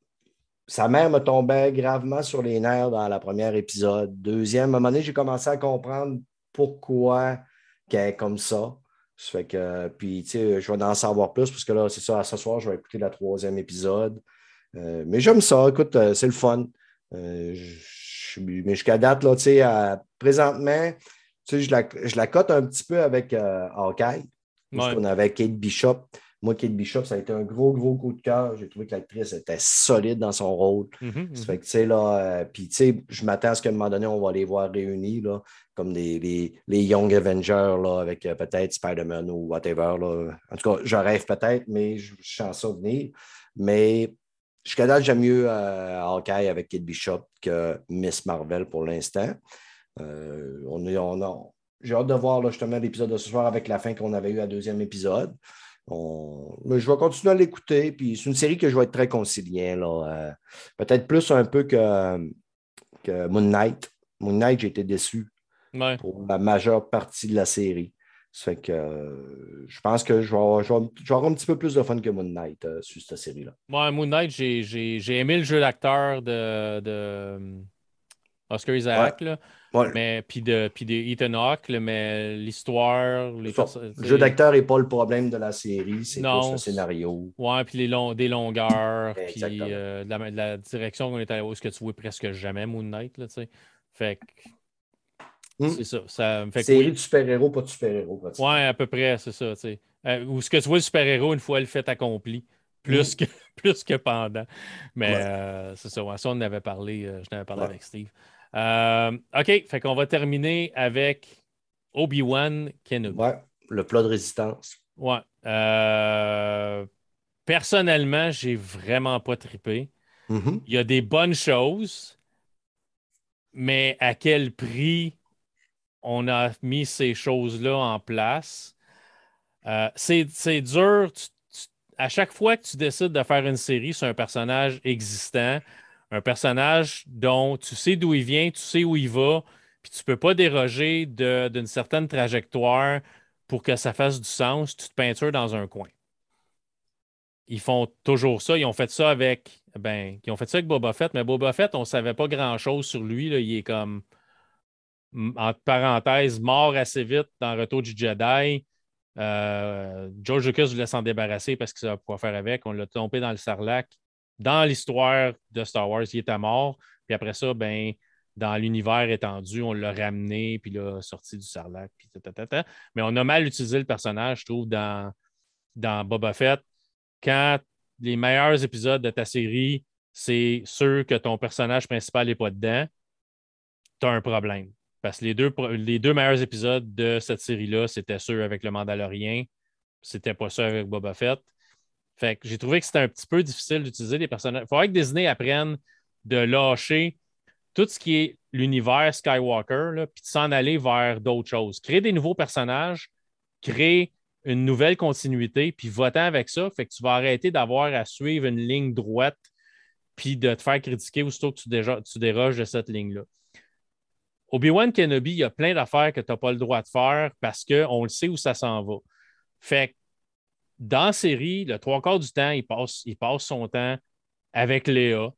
Sa mère me tombait gravement sur les nerfs dans la première épisode. Deuxième, à un moment donné, j'ai commencé à comprendre pourquoi qu'elle est comme ça. Ça fait que, puis, tu sais, je vais en savoir plus parce que là, c'est ça, ce soir, je vais écouter le troisième épisode. Euh, mais j'aime ça, écoute, euh, c'est le fun. Euh, je- mais jusqu'à date, là, tu sais, euh, présentement, tu sais, je la, je la cote un petit peu avec euh, Hawkeye, où ce Ouais. qu'on avait Kate Bishop. Moi, Kate Bishop, ça a été un gros, gros coup de cœur. J'ai trouvé que l'actrice était solide dans son rôle. Mhm, Ça mhm. fait que, tu sais, là, euh, puis, tu sais, je m'attends à ce qu'à un moment donné, on va les voir réunis, là, comme les, les, les Young Avengers, là, avec euh, peut-être Spider-Man ou whatever, là. En tout cas, je rêve peut-être, mais je, je sens ça venir. Mais jusqu'à date, j'aime mieux euh, Hawkeye avec Kate Bishop que Miss Marvel pour l'instant. Euh, on est, on a, j'ai hâte de voir là, justement l'épisode de ce soir avec la fin qu'on avait eu à deuxième épisode. On- mais je vais continuer à l'écouter. Puis c'est une série que je vais être très conciliant. Là, euh, peut-être plus un peu que, que Moon Knight. Moon Knight, j'ai été déçu Ouais. pour la majeure partie de la série. Ça fait que euh, je pense que je vais, avoir, je, vais, je vais avoir un petit peu plus de fun que Moon Knight euh, sur cette série-là. Moi, Moon Knight, j'ai, j'ai, j'ai aimé le jeu d'acteur de, de euh, Oscar Ouais, Isaac, là, ouais, mais puis de, puis de Ethan Hawke, là, mais l'histoire, les c'est ça. personnes, tu Le jeu sais, d'acteur n'est pas le problème de la série, c'est plus le non, c'est- scénario. ouais, puis les long, des longueurs, puis Exactement. euh, de, la, de la direction qu'on est allé, où est-ce que tu vois presque jamais Moon Knight, là, tu sais. Fait que Hmm. c'est ça, ça me fait que Série oui. de super-héros, pas de super-héros, pratiquement. Ouais, à peu près, c'est ça, tu sais. Euh, ou ce que tu vois le super-héros une fois le fait accompli, plus Hmm. que, plus que pendant. Mais Ouais, euh, c'est ça, ouais, ça, on en avait parlé, euh, je n'avais parlé ouais, avec Steve. Euh, OK, fait qu'on va terminer avec Obi-Wan Kenobi. ouais. Le plat de résistance. Ouais. Euh, personnellement, j'ai vraiment pas trippé. Mhm. Il y a des bonnes choses, mais à quel prix on a mis ces choses-là en place? Euh, c'est, c'est dur. Tu- tu- à chaque fois que tu décides de faire une série sur un personnage existant, un personnage dont tu sais d'où il vient, tu sais où il va, puis tu peux pas déroger de- d'une certaine trajectoire pour que ça fasse du sens, tu te peintures dans un coin. Ils font toujours ça. Ils ont fait ça avec, ben, ils ont fait ça avec Boba Fett, mais Boba Fett, on savait pas grand-chose sur lui, là. Il est comme, m- entre parenthèses, mort assez vite dans Retour du Jedi. Euh, George Lucas voulait s'en débarrasser parce qu'il savait pas quoi faire avec. On l'a tombé dans le sarlac. Dans l'histoire de Star Wars, il était mort. Puis après ça, ben, dans l'univers étendu, on l'a ramené, puis là, sorti du sarlac. Puis ta, ta, ta, ta. Mais on a mal utilisé le personnage, je trouve, dans, dans Boba Fett. Quand les meilleurs épisodes de ta série, c'est ceux que ton personnage principal n'est pas dedans, tu as un problème. Parce que les deux, les deux meilleurs épisodes de cette série-là, c'était ceux avec le Mandalorien. C'était pas ça avec Boba Fett. Fait que j'ai trouvé que c'était un petit peu difficile d'utiliser des personnages. Il faudrait que Disney apprenne de lâcher tout ce qui est l'univers Skywalker, là, puis de s'en aller vers d'autres choses. Créer des nouveaux personnages, créer une nouvelle continuité, puis votant avec ça, fait que tu vas arrêter d'avoir à suivre une ligne droite, puis de te faire critiquer aussitôt que tu, déja- tu déroges de cette ligne-là. Obi-Wan Kenobi, il y a plein d'affaires que tu n'as pas le droit de faire parce qu'on le sait où ça s'en va. Fait que dans la série, le trois quarts du temps, il passe, il passe son temps avec Léa.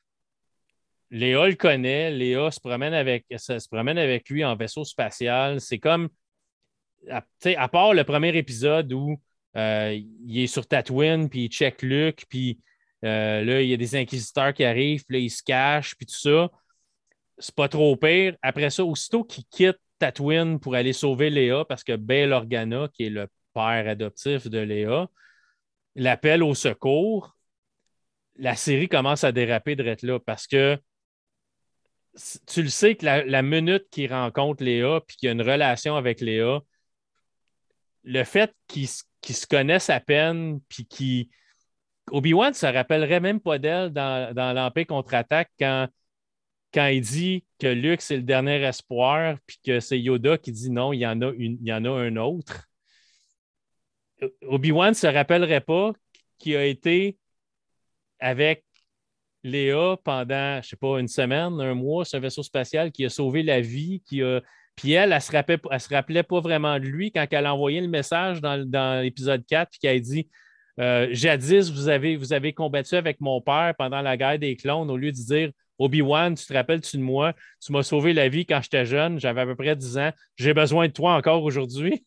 Léa le connaît. Léa se promène avec, se, se promène avec lui en vaisseau spatial. C'est comme, à, à part le premier épisode où euh, il est sur Tatooine, puis il check Luke, puis Euh, là, il y a des inquisiteurs qui arrivent, puis là, ils se cachent, puis tout ça. C'est pas trop pire. Après ça, aussitôt qu'il quitte Tatooine pour aller sauver Léa, parce que Bail Organa, qui est le père adoptif de Léa, l'appelle au secours, la série commence à déraper de là, parce que tu le sais que la, la minute qu'il rencontre Léa, puis qu'il y a une relation avec Léa, le fait qu'ils qu'ils se connaissent à peine, puis qu'ils Obi-Wan ne se rappellerait même pas d'elle dans, dans l'Empire contre-attaque quand, quand il dit que Luke, c'est le dernier espoir, puis que c'est Yoda qui dit non, il y en a, une, il y en a un autre. Obi-Wan ne se rappellerait pas qu'il a été avec Léa pendant, je ne sais pas, une semaine, un mois, sur un vaisseau spatial qui a sauvé la vie, qui a. Puis elle, elle ne se, rappelait, elle se rappelait pas vraiment de lui quand elle a envoyé le message dans, dans l'épisode quatre, puis qu'elle a dit euh, jadis, vous avez, vous avez combattu avec mon père pendant la guerre des clones, au lieu de dire Obi-Wan, tu te rappelles-tu de moi? Tu m'as sauvé la vie quand j'étais jeune, j'avais à peu près dix ans, j'ai besoin de toi encore aujourd'hui.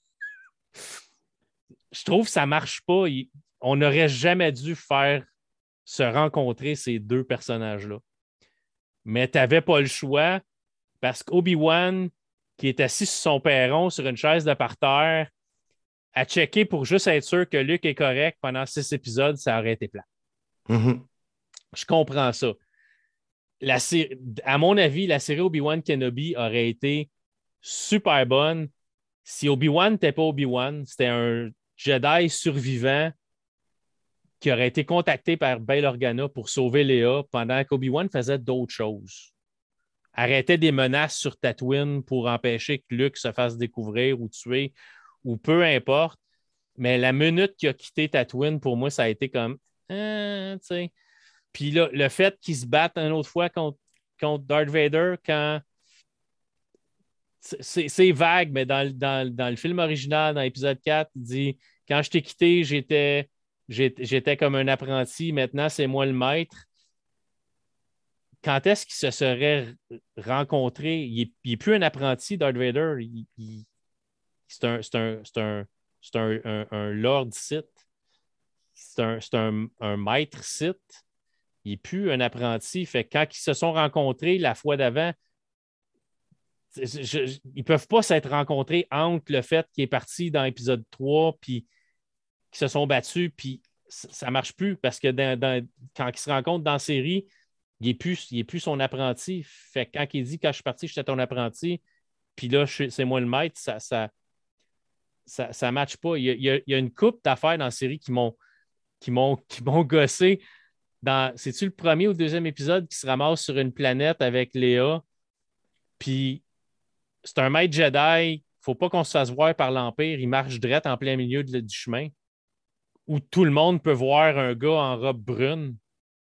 Je trouve que ça ne marche pas. Il, on n'aurait jamais dû faire se rencontrer ces deux personnages-là. Mais tu n'avais pas le choix parce qu'Obi-Wan, qui est assis sur son perron sur une chaise de parterre, a checké pour juste être sûr que Luke est correct pendant six épisodes, ça aurait été plat. Mm-hmm. Je comprends ça. La série, à mon avis, la série Obi-Wan Kenobi aurait été super bonne si Obi-Wan n'était pas Obi-Wan, c'était un Jedi survivant qui aurait été contacté par Bail Organa pour sauver Léa pendant qu'Obi-Wan faisait d'autres choses. Arrêtait des menaces sur Tatooine pour empêcher que Luke se fasse découvrir ou tuer, ou peu importe. Mais la minute qu'il a quitté Tatooine, pour moi, ça a été comme... Euh, tu sais. Puis là, le fait qu'il se batte une autre fois contre, contre Darth Vader, quand... C'est, c'est vague, mais dans, dans, dans le film original, dans l'épisode quatre, il dit « Quand je t'ai quitté, j'étais... J'étais comme un apprenti, maintenant c'est moi le maître. » Quand est-ce qu'il se serait rencontré? Il n'est plus un apprenti, Darth Vader. Il, il, c'est un, c'est un, c'est un, c'est un, un, un Lord Sith. C'est un, c'est un, un maître Sith. Il n'est plus un apprenti. Fait que quand ils se sont rencontrés la fois d'avant, je, je, ils ne peuvent pas s'être rencontrés entre le fait qu'il est parti dans l'épisode trois puis qui se sont battus, puis ça ne marche plus parce que dans, dans, quand ils se rencontrent dans la série, il n'est plus, il est plus son apprenti. Fait que quand il dit quand je suis parti, j'étais ton apprenti, puis là, je, c'est moi le maître, ça ça, ça, ça matche pas. Il y, a, il, y a, il y a une couple d'affaires dans la série qui m'ont, qui m'ont, qui m'ont gossé. Dans, c'est-tu le premier ou le deuxième épisode qui se ramasse sur une planète avec Léa? Puis c'est un maître Jedi, il ne faut pas qu'on se fasse voir par l'Empire, il marche droit en plein milieu de, du chemin, où tout le monde peut voir un gars en robe brune.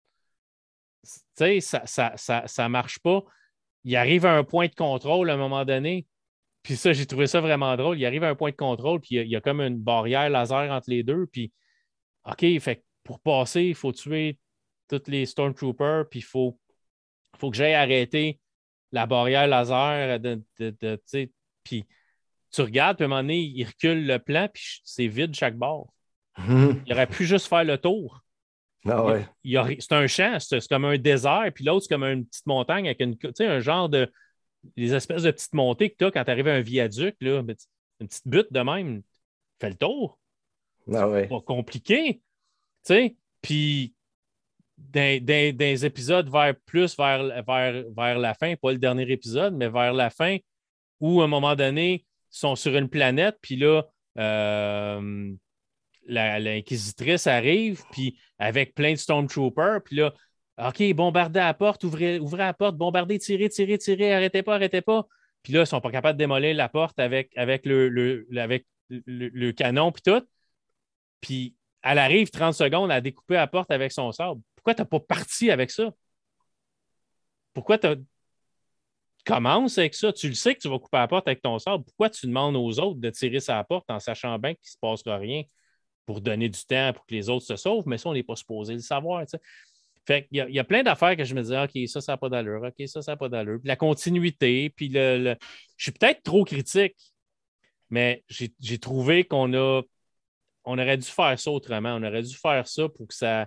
Tu sais, ça ça, ça, ça marche pas. Il arrive à un point de contrôle à un moment donné, puis ça, j'ai trouvé ça vraiment drôle. Il arrive à un point de contrôle, puis il y a, il y a comme une barrière laser entre les deux, puis OK, fait pour passer, il faut tuer tous les Stormtroopers, puis il faut, faut que j'aille arrêter la barrière laser, de, de, de, tu sais, puis tu regardes, puis à un moment donné, il recule le plan, puis c'est vide chaque barre. Mm-hmm. Il aurait pu juste faire le tour. Ah ouais. Il, il a, c'est un champ, c'est, c'est comme un désert, puis l'autre, c'est comme une petite montagne avec une, tu sais, un genre de. Les espèces de petites montées que tu as quand tu arrives à un viaduc, là, une petite butte de même, fais le tour. Ah ouais. C'est pas compliqué. Tu sais, puis dans, dans, dans les épisodes vers plus vers, vers, vers la fin, pas le dernier épisode, mais vers la fin, où à un moment donné, ils sont sur une planète, puis là, euh, La, l'inquisitrice arrive, puis avec plein de Stormtroopers, puis là, OK, bombardez la porte, ouvrez, ouvrez la porte, bombardez, tirez, tirez, tirez, arrêtez pas, arrêtez pas. Puis là, ils ne sont pas capables de démolir la porte avec, avec, le, le, avec le, le canon, puis tout. Puis elle arrive trente secondes à découper la porte avec son sabre. Pourquoi tu n'as pas parti avec ça? Pourquoi tu commences avec ça? Tu le sais que tu vas couper la porte avec ton sabre. Pourquoi tu demandes aux autres de tirer sa porte en sachant bien qu'il ne se passera rien? Pour donner du temps pour que les autres se sauvent, mais ça, on n'est pas supposé le savoir. T'sais. Fait qu'il y a, il y a plein d'affaires que je me disais, OK, ça, ça n'a pas d'allure, OK, ça, ça n'a pas d'allure. Puis la continuité, puis le, le... Je suis peut-être trop critique, mais j'ai, j'ai trouvé qu'on a on aurait dû faire ça autrement. On aurait dû faire ça pour que ça,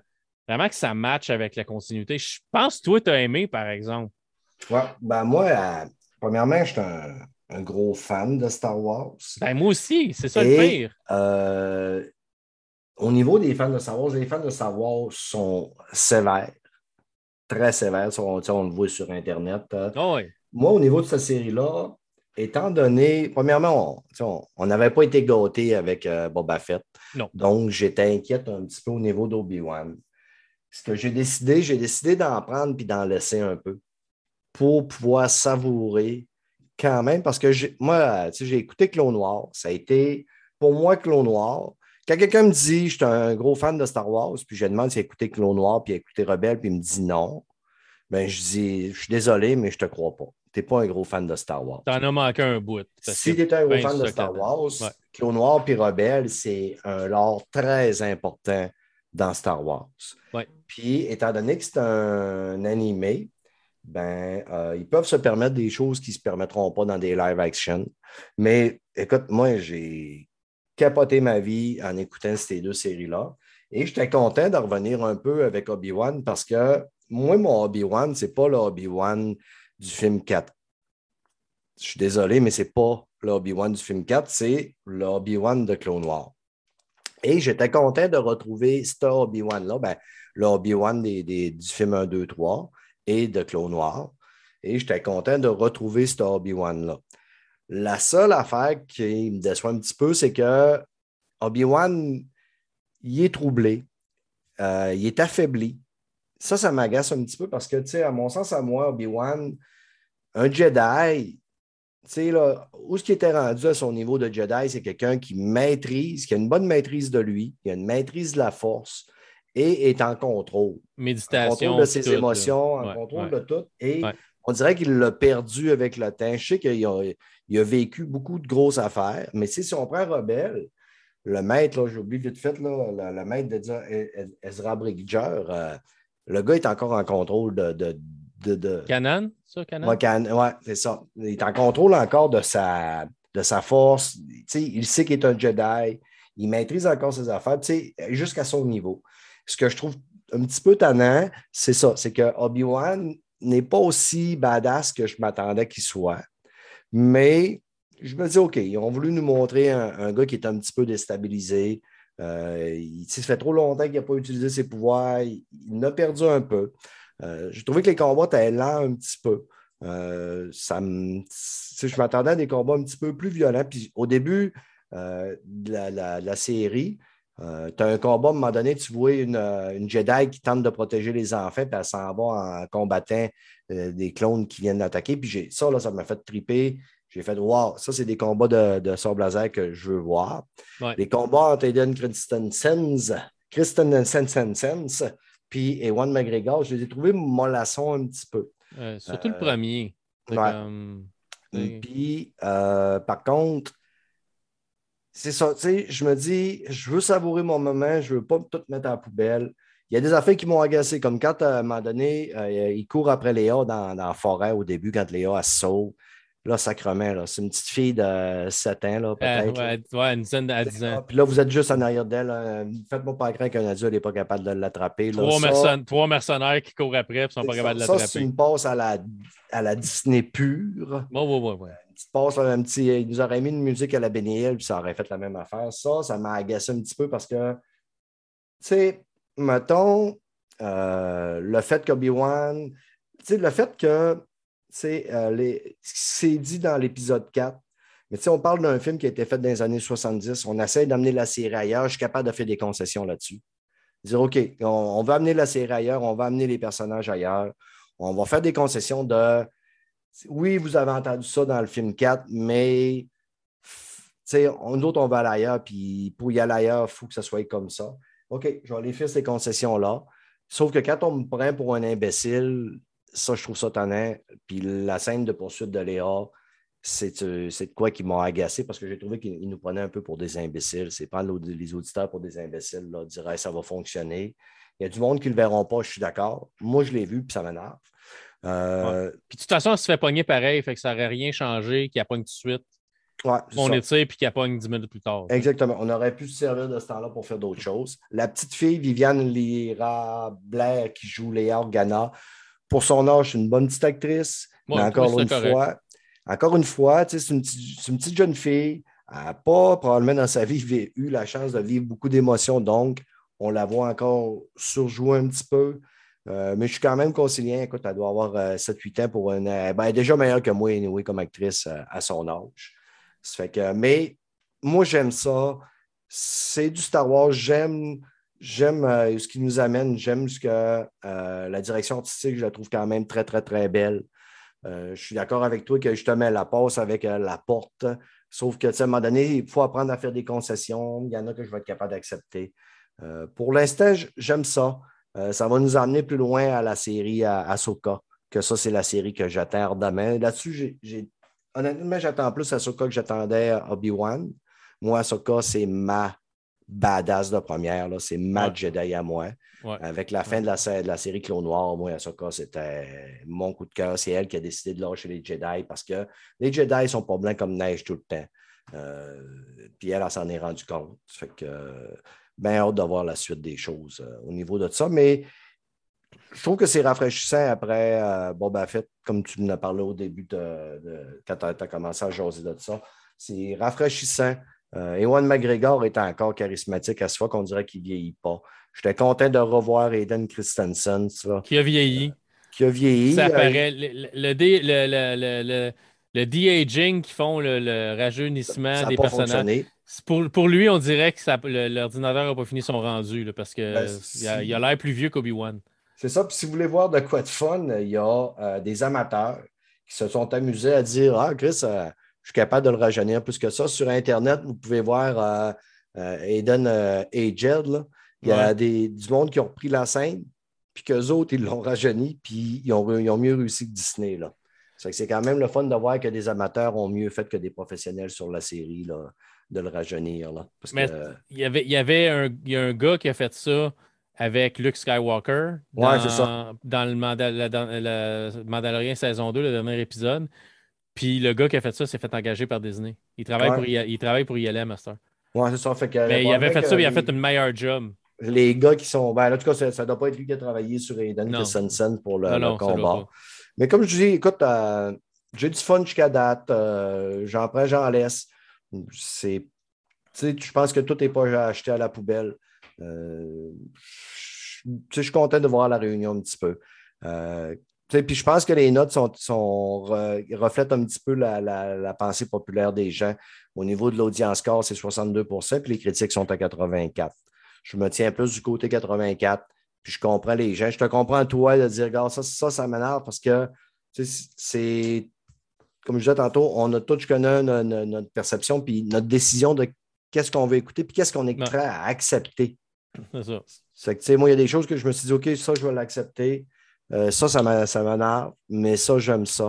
vraiment que ça matche avec la continuité. Je pense que toi, tu as aimé, par exemple. Ouais, ben moi, euh, premièrement, je suis un, un gros fan de Star Wars. Ben, moi aussi, c'est ça le Et pire. euh, au niveau des fans de Star Wars, les fans de Star Wars sont sévères, très sévères. On, on le voit sur Internet. Euh. Oh, oui. Moi, au niveau de cette série-là, étant donné, premièrement, on n'avait pas été gâtés avec euh, Boba Fett. Non. Donc, j'étais inquiète un petit peu au niveau d'Obi-Wan. Ce que j'ai décidé, j'ai décidé d'en prendre puis d'en laisser un peu pour pouvoir savourer quand même, parce que j'ai- moi, tu sais, j'ai écouté Clone Noir. Ça a été, pour moi, Clone Noir. Quand quelqu'un me dit, je suis un gros fan de Star Wars, puis je lui demande s'il a écouté Clone Noir, puis il a écouté Rebelle, puis il me dit non, ben je dis, je suis désolé, mais je te crois pas. Tu n'es pas un gros fan de Star Wars. T'en as manqué un bout. Parce qu'il Si y a tu es un gros bien du fan de stock Star là-dedans. Wars, Ouais. Clone Noir puis Rebelle, c'est un lore très important dans Star Wars. Ouais. Puis, étant donné que c'est un animé, ben, euh, ils peuvent se permettre des choses qui ne se permettront pas dans des live action. Mais écoute, moi, j'ai capoté ma vie en écoutant ces deux séries-là. Et j'étais content de revenir un peu avec Obi-Wan parce que moi, mon Obi-Wan, ce n'est pas le Obi-Wan du film quatre. Je suis désolé, mais ce n'est pas le Obi-Wan du film quatre, c'est le Obi-Wan de Clone Noir. Et j'étais content de retrouver ce Obi-Wan-là, ben, le Obi-Wan des, des, du film un, deux, trois et de Clone Noir. Et j'étais content de retrouver ce Obi-Wan-là. La seule affaire qui me déçoit un petit peu, c'est que Obi-Wan, il est troublé, euh, il est affaibli. Ça, ça m'agace un petit peu parce que, tu sais, à mon sens, à moi, Obi-Wan, un Jedi, tu sais, là, où ce qui était rendu à son niveau de Jedi, c'est quelqu'un qui maîtrise, qui a une bonne maîtrise de lui, qui a une maîtrise de la force et est en contrôle. En contrôle de Méditation, puis ses tout, là. émotions, en Ouais, contrôle ouais, de tout. Et ouais. on dirait qu'il l'a perdu avec le temps. Je sais qu'il a, il a vécu beaucoup de grosses affaires, mais si on prend Rebelle, le maître, là, j'ai oublié vite fait, là, le, le maître de dire Ezra Bridger, euh, le gars est encore en contrôle de, de, de, de Canan, ça, Canan? Ouais, can- ouais, c'est ça. Il est en contrôle encore de sa, de sa force. Tu sais, il sait qu'il est un Jedi. Il maîtrise encore ses affaires, tu sais, jusqu'à son niveau. Ce que je trouve un petit peu tannant, c'est ça. C'est que Obi-Wan n'est pas aussi badass que je m'attendais qu'il soit. Mais je me dis, OK, ils ont voulu nous montrer un, un gars qui est un petit peu déstabilisé. Euh, il, ça fait trop longtemps qu'il n'a pas utilisé ses pouvoirs. Il, il en a perdu un peu. Euh, j'ai trouvé que les combats étaient lents un petit peu. Euh, ça me, je m'attendais à des combats un petit peu plus violents. Puis au début euh, de la, la, la série, euh, tu as un combat, à un moment donné, tu vois une, une Jedi qui tente de protéger les enfants, puis elle s'en va en combattant euh, des clones qui viennent d'attaquer. Puis j'ai, ça, là, ça m'a fait triper. J'ai fait, wow, ça, c'est des combats de, de sabre laser que je veux voir. Ouais. Les combats entre Aiden Christensen, Christensen, puis Ewan McGregor, je les ai trouvés mollassons un petit peu. Euh, surtout le Euh, premier. C'est ouais. comme. c'est- Puis, euh, par contre, c'est ça, tu sais, je me dis, je veux savourer mon moment, je veux pas tout mettre à la poubelle. Il y a des affaires qui m'ont agacé, comme quand, à un moment donné, euh, il court après Léa dans, dans la forêt au début, quand Léa, elle se sauve. Là, sacrement, là, c'est une petite fille de sept ans, là, euh, peut-être. Là. ouais, ouais, une dizaine à dix ans. Là, puis là, vous êtes juste en arrière d'elle. Hein. Faites-moi pas craindre qu'un adulte n'est pas capable de l'attraper. Là. Trois, Ça, mercen- trois mercenaires qui courent après et sont c'est pas ça. capables de Ça, c'est l'attraper. une passe à la, à la Disney pure. Ouais, ouais, ouais, ouais. Une petite passe, un petit, il nous aurait mis une musique à la Benny Hill, puis ça aurait fait la même affaire. Ça, ça m'a agacé un petit peu parce que, tu sais, mettons, euh, le fait qu'Obi-Wan, tu sais, le fait que, tu sais, euh, les- c'est dit dans l'épisode quatre, mais tu sais, on parle d'un film qui a été fait dans les années soixante-dix, on essaie d'amener la série ailleurs, je suis capable de faire des concessions là-dessus. Dire, OK, on, on va amener la série ailleurs, on va amener les personnages ailleurs, on va faire des concessions de oui, vous avez entendu ça dans le film quatre, mais nous autres, on va aller ailleurs, puis pour y aller ailleurs, il faut que ça soit comme ça. OK, je vais aller faire ces concessions-là. Sauf que quand on me prend pour un imbécile, ça, je trouve ça tannant. Puis la scène de poursuite de Léa, c'est, euh, c'est de quoi qui m'a agacé parce que j'ai trouvé qu'il nous prenait un peu pour des imbéciles. C'est prendre les auditeurs pour des imbéciles, là, dire hey, ça va fonctionner. Il y a du monde qui ne le verront pas, je suis d'accord. Moi, je l'ai vu, puis ça m'énerve. Ouais. Euh, Puis de toute façon, elle se fait pogner pareil, fait que ça n'aurait rien changé, qu'il a pogne tout de suite. Ouais, on ça. étire puis qu'elle pogne dix minutes plus tard. Exactement. On aurait pu se servir de ce temps-là pour faire d'autres choses. La petite fille, Viviane Lyra Blair, qui joue Léa Organa, pour son âge, c'est une bonne petite actrice, mais Ouais, oui, encore c'est une correct. fois, encore une fois, c'est une, c'est une petite jeune fille. Elle n'a pas probablement dans sa vie eu la chance de vivre beaucoup d'émotions, donc on la voit encore surjouer un petit peu. Euh, mais je suis quand même conciliant. Écoute, elle doit avoir euh, sept huit ans pour une. Ben, elle est déjà meilleure que moi, anyway, comme actrice euh, à son âge. Ça fait que, mais moi, j'aime ça. C'est du Star Wars. J'aime, j'aime euh, ce qui nous amène. J'aime ce que euh, la direction artistique, je la trouve quand même très, très, très belle. Euh, je suis d'accord avec toi que justement, la passe avec euh, la porte. Sauf que, tu sais, à un moment donné, il faut apprendre à faire des concessions. Il y en a que je vais être capable d'accepter. Euh, pour l'instant, j'aime ça. Euh, ça va nous emmener plus loin à la série Ahsoka, que ça, c'est la série que j'attends ardemment. Là-dessus, j'ai, j'ai... honnêtement, j'attends plus Ahsoka que j'attendais Obi-Wan. Moi, Ahsoka, c'est ma badass de première. Là. C'est ma Ouais. Jedi à moi. Ouais. Avec la fin ouais. de, la, de la série Clone Noir, moi, Ahsoka, c'était mon coup de cœur. C'est elle qui a décidé de lâcher les Jedi parce que les Jedi ne sont pas blancs comme neige tout le temps. Euh, puis elle, elle s'en est rendue compte. Ça fait que euh, bien hâte de voir la suite des choses euh, au niveau de ça. Mais je trouve que c'est rafraîchissant après euh, Boba Fett, comme tu nous as parlé au début de, de quand tu as, as commencé à jaser de ça. C'est rafraîchissant. Euh, Ewan McGregor est encore charismatique à ce fois qu'on dirait qu'il ne vieillit pas. J'étais content de revoir Hayden Christensen, ça, Qui a euh, vieilli. qui a Ça vieilli. Euh, paraît. Le, le, le, dé- le, le, le, le- le de-aging qui font le, le rajeunissement ça n'a des pas personnages. fonctionné. C'est Pour, pour lui, on dirait que ça- le- l'ordinateur n'a pas fini son rendu là, parce Ben, que il a, il a si, l'air plus vieux qu'Obi-Wan. c'est ça. Puis si vous voulez voir de quoi de fun, il y a euh, des amateurs qui se sont amusés à dire Ah, Chris, euh, je suis capable de le rajeunir plus que ça. Sur Internet, vous pouvez voir euh, euh, Aiden euh, Aged. Là. Il y Ouais. a des, du monde qui ont repris la scène, puis qu'eux autres, ils l'ont rajeuni, puis ils ont, ils ont mieux réussi que Disney. Là. C'est que c'est quand même le fun de voir que des amateurs ont mieux fait que des professionnels sur la série, là, de le rajeunir. Là. Parce que, Mais il y avait, il y avait un, il y a un gars qui a fait ça avec Luke Skywalker ouais, c'est ça. dans, dans le Mandal- dans le Mandalorian saison deux, le dernier épisode. Puis le gars qui a fait ça s'est fait engager par Disney. Il travaille pour, Ouais, I- il travaille pour I L M, Master. ouais c'est ça. Fait que euh, Mais il avait probablement fait que ça, il a fait les, une meilleure job. les gars qui sont. Ben, en tout cas, ça ne doit pas être lui qui a travaillé sur Aiden Non, Christensen pour le, non, le non, ça ne doit combat. pas. Mais comme je dis, écoute, euh, j'ai du fun jusqu'à date. Euh, j'en prends, j'en laisse. C'est, tu sais, je pense que tout n'est pas acheté à la poubelle. Euh, je, tu sais, je suis content de voir la réunion un petit peu. Euh, tu sais, puis je pense que les notes sont, sont, re- reflètent un petit peu la, la- la pensée populaire des gens. Au niveau de l'audience score, c'est soixante-deux pour cent, puis les critiques sont à quatre-vingt-quatre. Je me tiens plus du côté quatre-vingt-quatre, puis je comprends les gens. Je te comprends, toi, de dire, regarde, ça, ça, ça m'énerve parce que tu sais, c'est, comme je disais tantôt, on a tous chacun notre, notre perception, puis notre décision de qu'est-ce qu'on veut écouter, puis qu'est-ce qu'on est Non, prêt à accepter. c'est ça. C'est que, tu sais, moi, il y a des choses que je me suis dit, OK, ça, je vais l'accepter. Euh, ça, ça m'a- ça m'énerve, mais ça, j'aime ça.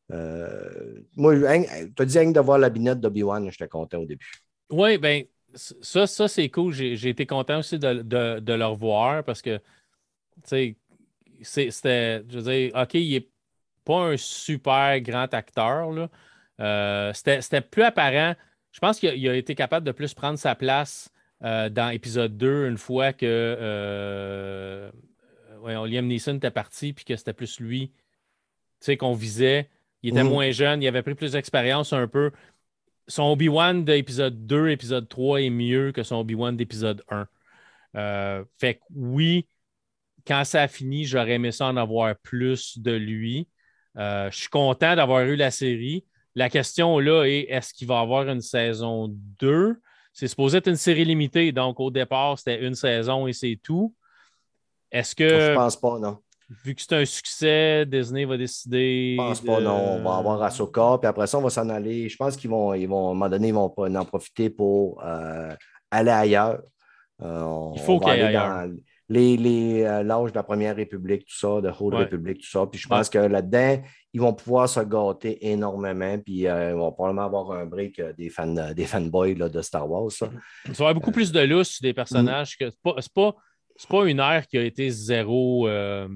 Euh, moi, tu as dit rien que de voir la binette d'Obi-Wan, j'étais content au début. Oui, ben ça, ça c'est cool. J'ai j'ai été content aussi de, de, de le revoir parce que, tu sais, c'est- c'était, je veux dire, OK, il n'est pas un super grand acteur, là. Euh, c'était c'était plus apparent. Je pense qu'il a, il a été capable de plus prendre sa place euh, dans épisode deux une fois que euh, ouais, Liam Neeson était parti puis que c'était plus lui, tu sais, qu'on visait. Il était Mhm. moins jeune, il avait pris plus d'expérience un peu. Son Obi-Wan d'épisode deux, épisode trois est mieux que son Obi-Wan d'épisode un. Euh, fait que oui, quand ça a fini, j'aurais aimé ça en avoir plus de lui. Euh, je suis content d'avoir eu la série. La question là est, est-ce qu'il va y avoir une saison deux? C'est supposé être une série limitée, donc au départ, c'était une saison et c'est tout. Est-ce Je que, pense pas, non. vu que c'est un succès, Disney va Je décider pense pas, non. On va de... avoir Ahsoka, puis après ça, on va s'en aller. Je pense qu'ils vont, ils vont, à un moment donné, ils vont pas en profiter pour euh, aller ailleurs. Euh, Il on, on faut va qu'il y ait aller ailleurs. dans les, les, euh, l'âge de la Première République, tout ça, de Haute Ouais, République, tout ça. Puis je ouais. pense que là-dedans, ils vont pouvoir se gâter énormément. Puis euh, ils vont probablement avoir un break euh, des, fans, euh, des fanboys là, de Star Wars. Ça. Il va y avoir beaucoup plus de lousse sur des Mm. personnages que c'est pas, c'est pas, c'est pas une ère qui a été zéro, euh,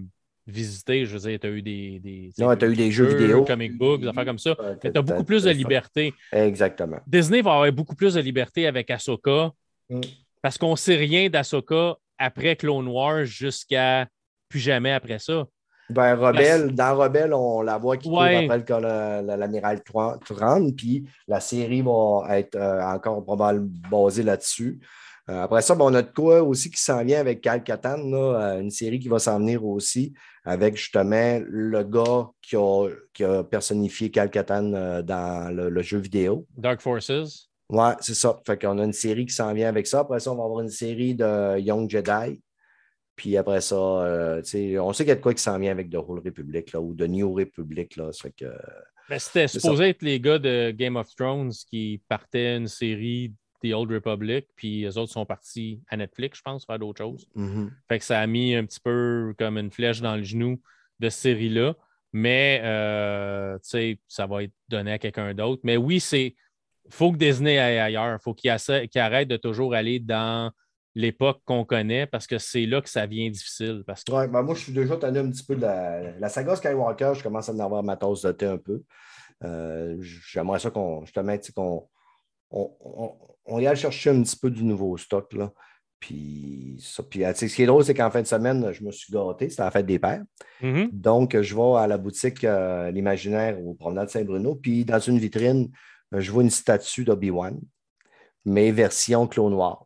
visiter. Je veux dire, tu as eu des, des, Non, tu as eu des jeux vidéo. comic books, des affaires comme ça. Euh, Mais tu as beaucoup plus de liberté. Exactement. Disney va avoir beaucoup plus de liberté avec Ahsoka mm. parce qu'on ne sait rien d'Ahsoka après Clone Wars jusqu'à plus jamais après ça. Ben, Rebelle, dans Rebelle, on la voit qui ouais. court après l'amiral trente, puis la série va être euh, encore probablement basée là-dessus. Euh, après ça, ben, on a de quoi aussi qui s'en vient avec Cal Katan, là, une série qui va s'en venir aussi, avec justement le gars qui a, qui a personnifié Cal Katan euh, dans le, le jeu vidéo. Dark Forces. Ouais, c'est ça. Fait qu'on a une série qui s'en vient avec ça. Après ça, on va avoir une série de Young Jedi. Puis après ça, euh, on sait qu'il y a de quoi qui s'en vient avec The Old Republic là, ou The New Republic. Là, ça fait que, ben, c'était supposé ça. Être les gars de Game of Thrones qui partaient une série The Old Republic, puis les autres sont partis à Netflix, je pense, faire d'autres choses. Mm-hmm. Fait que ça a mis un petit peu comme une flèche dans le genou de cette série-là. Mais euh, tu sais, ça va être donné à quelqu'un d'autre. Mais oui, c'est. Faut que Disney aille ailleurs. Faut qu'il qu'il arrête de toujours aller dans l'époque qu'on connaît parce que c'est là que ça devient difficile. Parce que... ouais, ben moi, je suis déjà tanné un petit peu de la, la saga Skywalker. Je commence à en avoir ma tasse de thé un peu. Euh, j'aimerais ça qu'on, justement, qu'on on, on, on y aille chercher un petit peu du nouveau stock. Là. Puis, ça, puis ce qui est drôle, c'est qu'en fin de semaine, je me suis gâté. C'était la fête des pères. Mm-hmm. Donc, je vais à la boutique euh, L'Imaginaire au Promenade Saint-Bruno. Puis, dans une vitrine, je vois une statue d'Obi-Wan, mais version Clone Noir.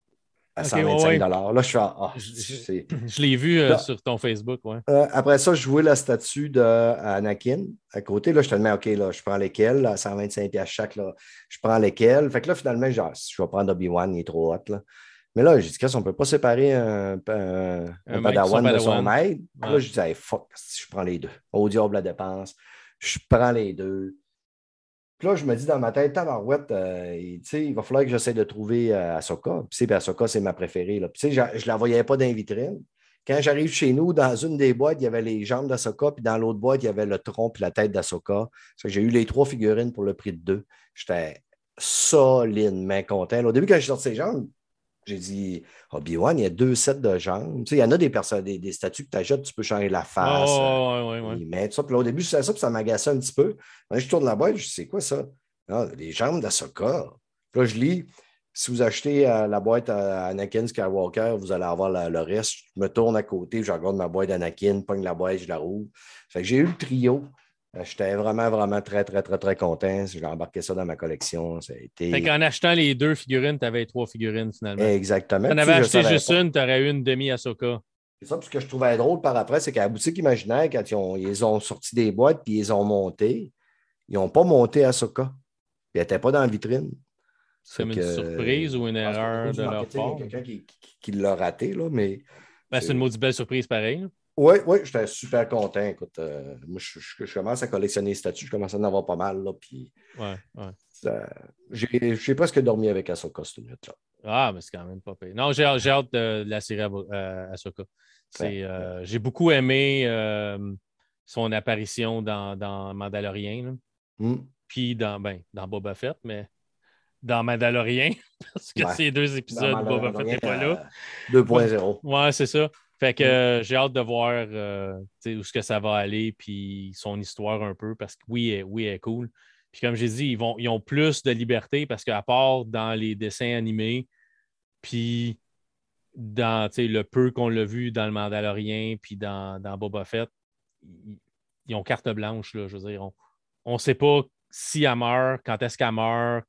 À okay, cent vingt-cinq dollars. ouais. Là, je suis ah, je, je, je l'ai vu euh, là, sur ton Facebook. Ouais. Euh, après ça, je vois la statue d'Anakin à côté. Là, je te demande, OK, là, je prends lesquels, là, cent vingt-cinq piastres chaque, là, je prends lesquels. Fait que là, finalement, genre, je vais prendre Obi-Wan, il est trop hot. Là. Mais là, j'ai dit, qu'est-ce qu'on ne peut pas séparer un, un, un, un padawan de son maître? Ouais. Là, je disais, hey, fuck, je prends les deux. Au diable la dépense. Je prends les deux. Puis là, je me dis dans ma tête, tabarouette, euh, il va falloir que j'essaie de trouver euh, Ahsoka. Puis, Ahsoka, c'est ma préférée. Là. Puis, je ne la voyais pas dans les vitrines. Quand j'arrive chez nous, dans une des boîtes, il y avait les jambes d'Ahsoka, puis dans l'autre boîte, il y avait le tronc et la tête d'Ahsoka. J'ai eu les trois figurines pour le prix de deux. J'étais solidement content. Là, au début, quand j'ai sorti ces jambes, j'ai dit, Obi-Wan, il y a deux sets de jambes. Tu sais, il y en a des, personnes, des, des statues que tu achètes, tu peux changer la face. Oh, ouais, ouais, ouais. Mais, ça. Puis là, au début, je savais ça, puis ça m'agaçait un petit peu. Là, je tourne la boîte, je dis, c'est quoi ça? Ah, les jambes d'Ahsoka. Puis là, je lis, si vous achetez euh, la boîte à Anakin Skywalker, vous allez avoir la, le reste. Je me tourne à côté, je regarde ma boîte d'Anakin, pogne la boîte, je la roule. Fait que j'ai eu le trio. J'étais vraiment, vraiment très, très, très, très content. J'ai embarqué ça dans ma collection. Ça a été... Fait qu'en achetant les deux figurines, tu avais trois figurines finalement. Exactement. Si tu en avais acheté juste pas. Une, tu aurais eu une demi-Ahsoka. C'est ça, puis ce que je trouvais drôle par après, c'est qu'à la boutique imaginaire, quand ils ont, ils ont sorti des boîtes puis ils les ont montées, ils n'ont pas monté Ahsoka. Puis elle n'était pas dans la vitrine. C'est comme que, une surprise ou une erreur de leur part? Il y a quelqu'un qui, qui, qui l'a raté, là, mais... Ben, c'est une maudite belle surprise pareil. Oui, oui, j'étais super content. Écoute, euh, moi, je, je, je commence à collectionner les statues. Je commence à en avoir pas mal. Là, puis, ouais, ouais. Ça, j'ai, j'ai presque dormi avec Ahsoka cette nuit-là. Ah, mais c'est quand même pas pire. Non, j'ai, j'ai hâte de, de la série euh, Ahsoka. C'est, ouais, euh, ouais. J'ai beaucoup aimé euh, son apparition dans, dans Mandalorian. Mm. Puis dans, ben, dans Boba Fett, mais dans Mandalorian, parce que ouais. Ces deux épisodes, Boba Fett n'est pas là. deux point zéro. Ouais, c'est ça. Fait que euh, j'ai hâte de voir euh, où est-ce que ça va aller, puis son histoire un peu, parce que oui, elle, oui, elle est cool. Puis comme j'ai dit, ils, vont, ils ont plus de liberté parce qu'à part dans les dessins animés, puis dans le peu qu'on l'a vu dans le Mandalorian, puis dans, dans Boba Fett, ils, ils ont carte blanche, là, je veux dire. On ne sait pas si elle meurt, quand est-ce qu'elle meurt,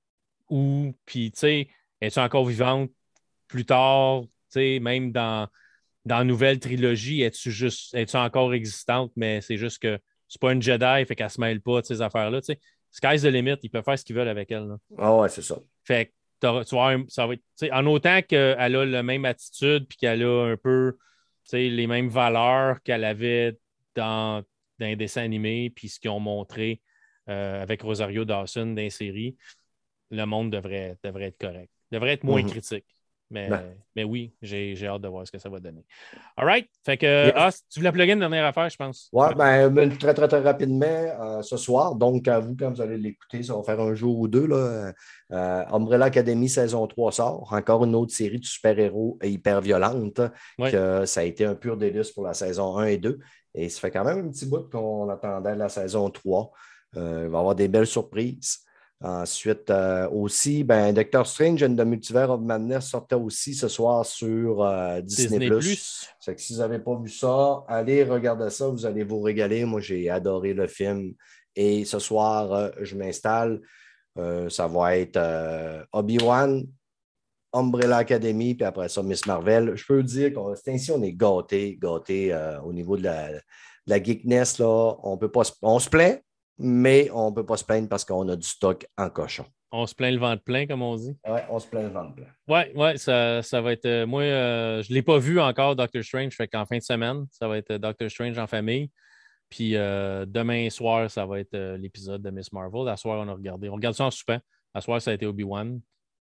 où, puis tu sais, est-elle encore vivante plus tard, tu sais, même dans... Dans la nouvelle trilogie, es-tu juste es-tu encore existante, mais c'est juste que c'est pas une Jedi, fait qu'elle se mêle pas de ces affaires-là. Tu sais. Sky's the limit, ils peuvent faire ce qu'ils veulent avec elle. Là. Ah ouais, c'est ça. Fait que tu vois, ça va être. En autant qu'elle a la même attitude puis qu'elle a un peu les mêmes valeurs qu'elle avait dans, dans les dessins animés, puis ce qu'ils ont montré euh, avec Rosario Dawson dans les séries, le monde devrait, devrait être correct. Devrait être moins mm-hmm. critique. Mais, Ben, mais oui, j'ai, j'ai hâte de voir ce que ça va donner. All right. Fait que, ah, yes. tu voulais plugger une dernière affaire, je pense. Ouais, ben, ben, très, très, très rapidement, euh, ce soir, donc à vous, quand vous allez l'écouter, ça va faire un jour ou deux, là, euh, Umbrella Academy saison trois sort. Encore une autre série de super-héros hyper violente, Oui. que ça a été un pur délice pour la saison un et deux. Et ça fait quand même un petit bout qu'on attendait la saison trois. Euh, il va y avoir des belles surprises. Ensuite, euh, aussi, ben, Doctor Strange and the Multiverse of Madness sortait aussi ce soir sur euh, Disney+. Disney Plus. C'est que si vous n'avez pas vu ça, allez regarder ça, vous allez vous régaler. Moi, j'ai adoré le film. Et ce soir, euh, je m'installe. Euh, ça va être euh, Obi-Wan, Umbrella Academy, puis après ça, Miss Marvel. Je peux dire qu'on ainsi, on est gâtés, gâtés euh, au niveau de la, de la geekness. Là. On peut pas se, on se plaint, mais on ne peut pas se plaindre parce qu'on a du stock en cochon. On se plaint le ventre plein, comme on dit. Ouais, on se plaint le ventre plein. Oui, ouais, ça, ça va être. euh, moi, euh, je ne l'ai pas vu encore, Doctor Strange, fait qu'en fin de semaine, ça va être euh, Doctor Strange en famille. Puis euh, demain soir, ça va être euh, l'épisode de Miss Marvel. À soir, on a regardé. On regarde ça en soupant. À soir, ça a été Obi-Wan.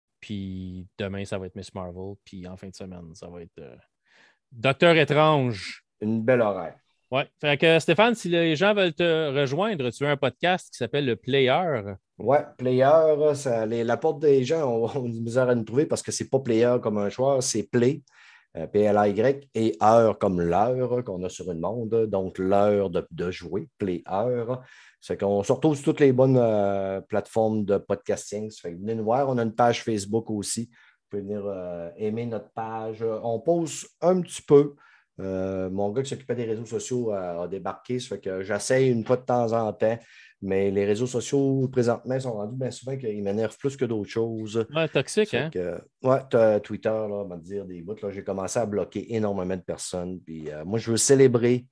Puis demain, ça va être Miss Marvel. Puis en fin de semaine, ça va être euh, Docteur Étrange. Une belle horaire. Ouais. Fait que Stéphane, si les gens veulent te rejoindre, tu as un podcast qui s'appelle Le Player. Ouais, player, ça, les, la porte des gens, on, on a du misère à nous trouver parce que c'est pas player comme un joueur, c'est play, euh, P L A Y, et heure comme l'heure qu'on a sur une montre, donc l'heure de, de jouer, play heure. C'est qu'on se retrouve sur toutes les bonnes euh, plateformes de podcasting. Ça fait que venez nous voir, on a une page Facebook aussi. Vous pouvez venir euh, aimer notre page. On pose un petit peu. Euh, mon gars qui s'occupait des réseaux sociaux a, a débarqué, ça fait que j'essaye une fois de temps en temps. Mais les réseaux sociaux, présentement, sont rendus bien souvent qu'ils m'énervent plus que d'autres choses. Ouais, toxique, Ça fait hein? que, ouais, t'as Twitter, là, on va te dire des bouts. Là, j'ai commencé à bloquer énormément de personnes. Puis, euh, moi, je veux célébrer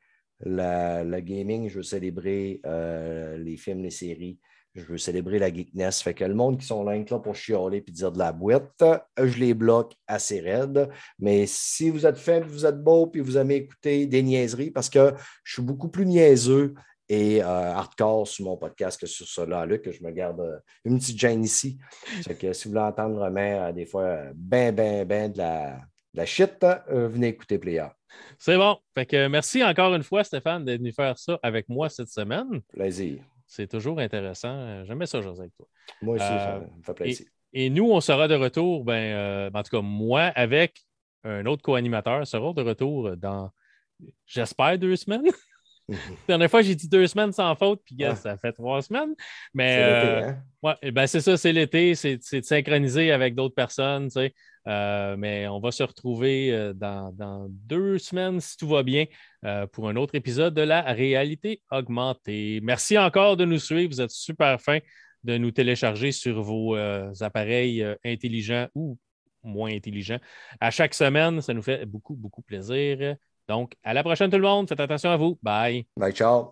la, la gaming, je veux célébrer euh, les films, les séries. Je veux célébrer la geekness. Fait que le monde qui sont là, là pour chialer et dire de la boîte, je les bloque assez raide. Mais si vous êtes faible, vous êtes beau puis vous aimez écouter des niaiseries, parce que je suis beaucoup plus niaiseux et euh, hardcore sur mon podcast que sur cela, là, que je me garde euh, une petite gêne ici. C'est que si vous voulez entendre vraiment euh, des fois euh, ben, ben, ben de la, de la shit, euh, venez écouter Player. C'est bon. Fait que merci encore une fois, Stéphane, d'être venu faire ça avec moi cette semaine. Plaisir. C'est toujours intéressant. J'aimais ça, José, avec toi. Moi aussi, ça Euh, me fait et, plaisir. et nous, on sera de retour, ben, euh, en tout cas, moi, avec un autre co-animateur, sera de retour dans, j'espère, deux semaines. La dernière fois, j'ai dit deux semaines sans faute, puis gars, Ouais, ça fait trois semaines. Mais c'est l'été, euh, hein? ouais, eh ben, c'est ça, c'est l'été, c'est, c'est de synchroniser avec d'autres personnes, tu sais. Euh, mais on va se retrouver euh, dans, dans deux semaines, si tout va bien, euh, pour un autre épisode de la réalité augmentée. Merci encore de nous suivre. Vous êtes super fins de nous télécharger sur vos euh, appareils euh, intelligents ou moins intelligents. À chaque semaine, ça nous fait beaucoup, beaucoup plaisir. Donc, à la prochaine, tout le monde. Faites attention à vous. Bye. Bye, ciao.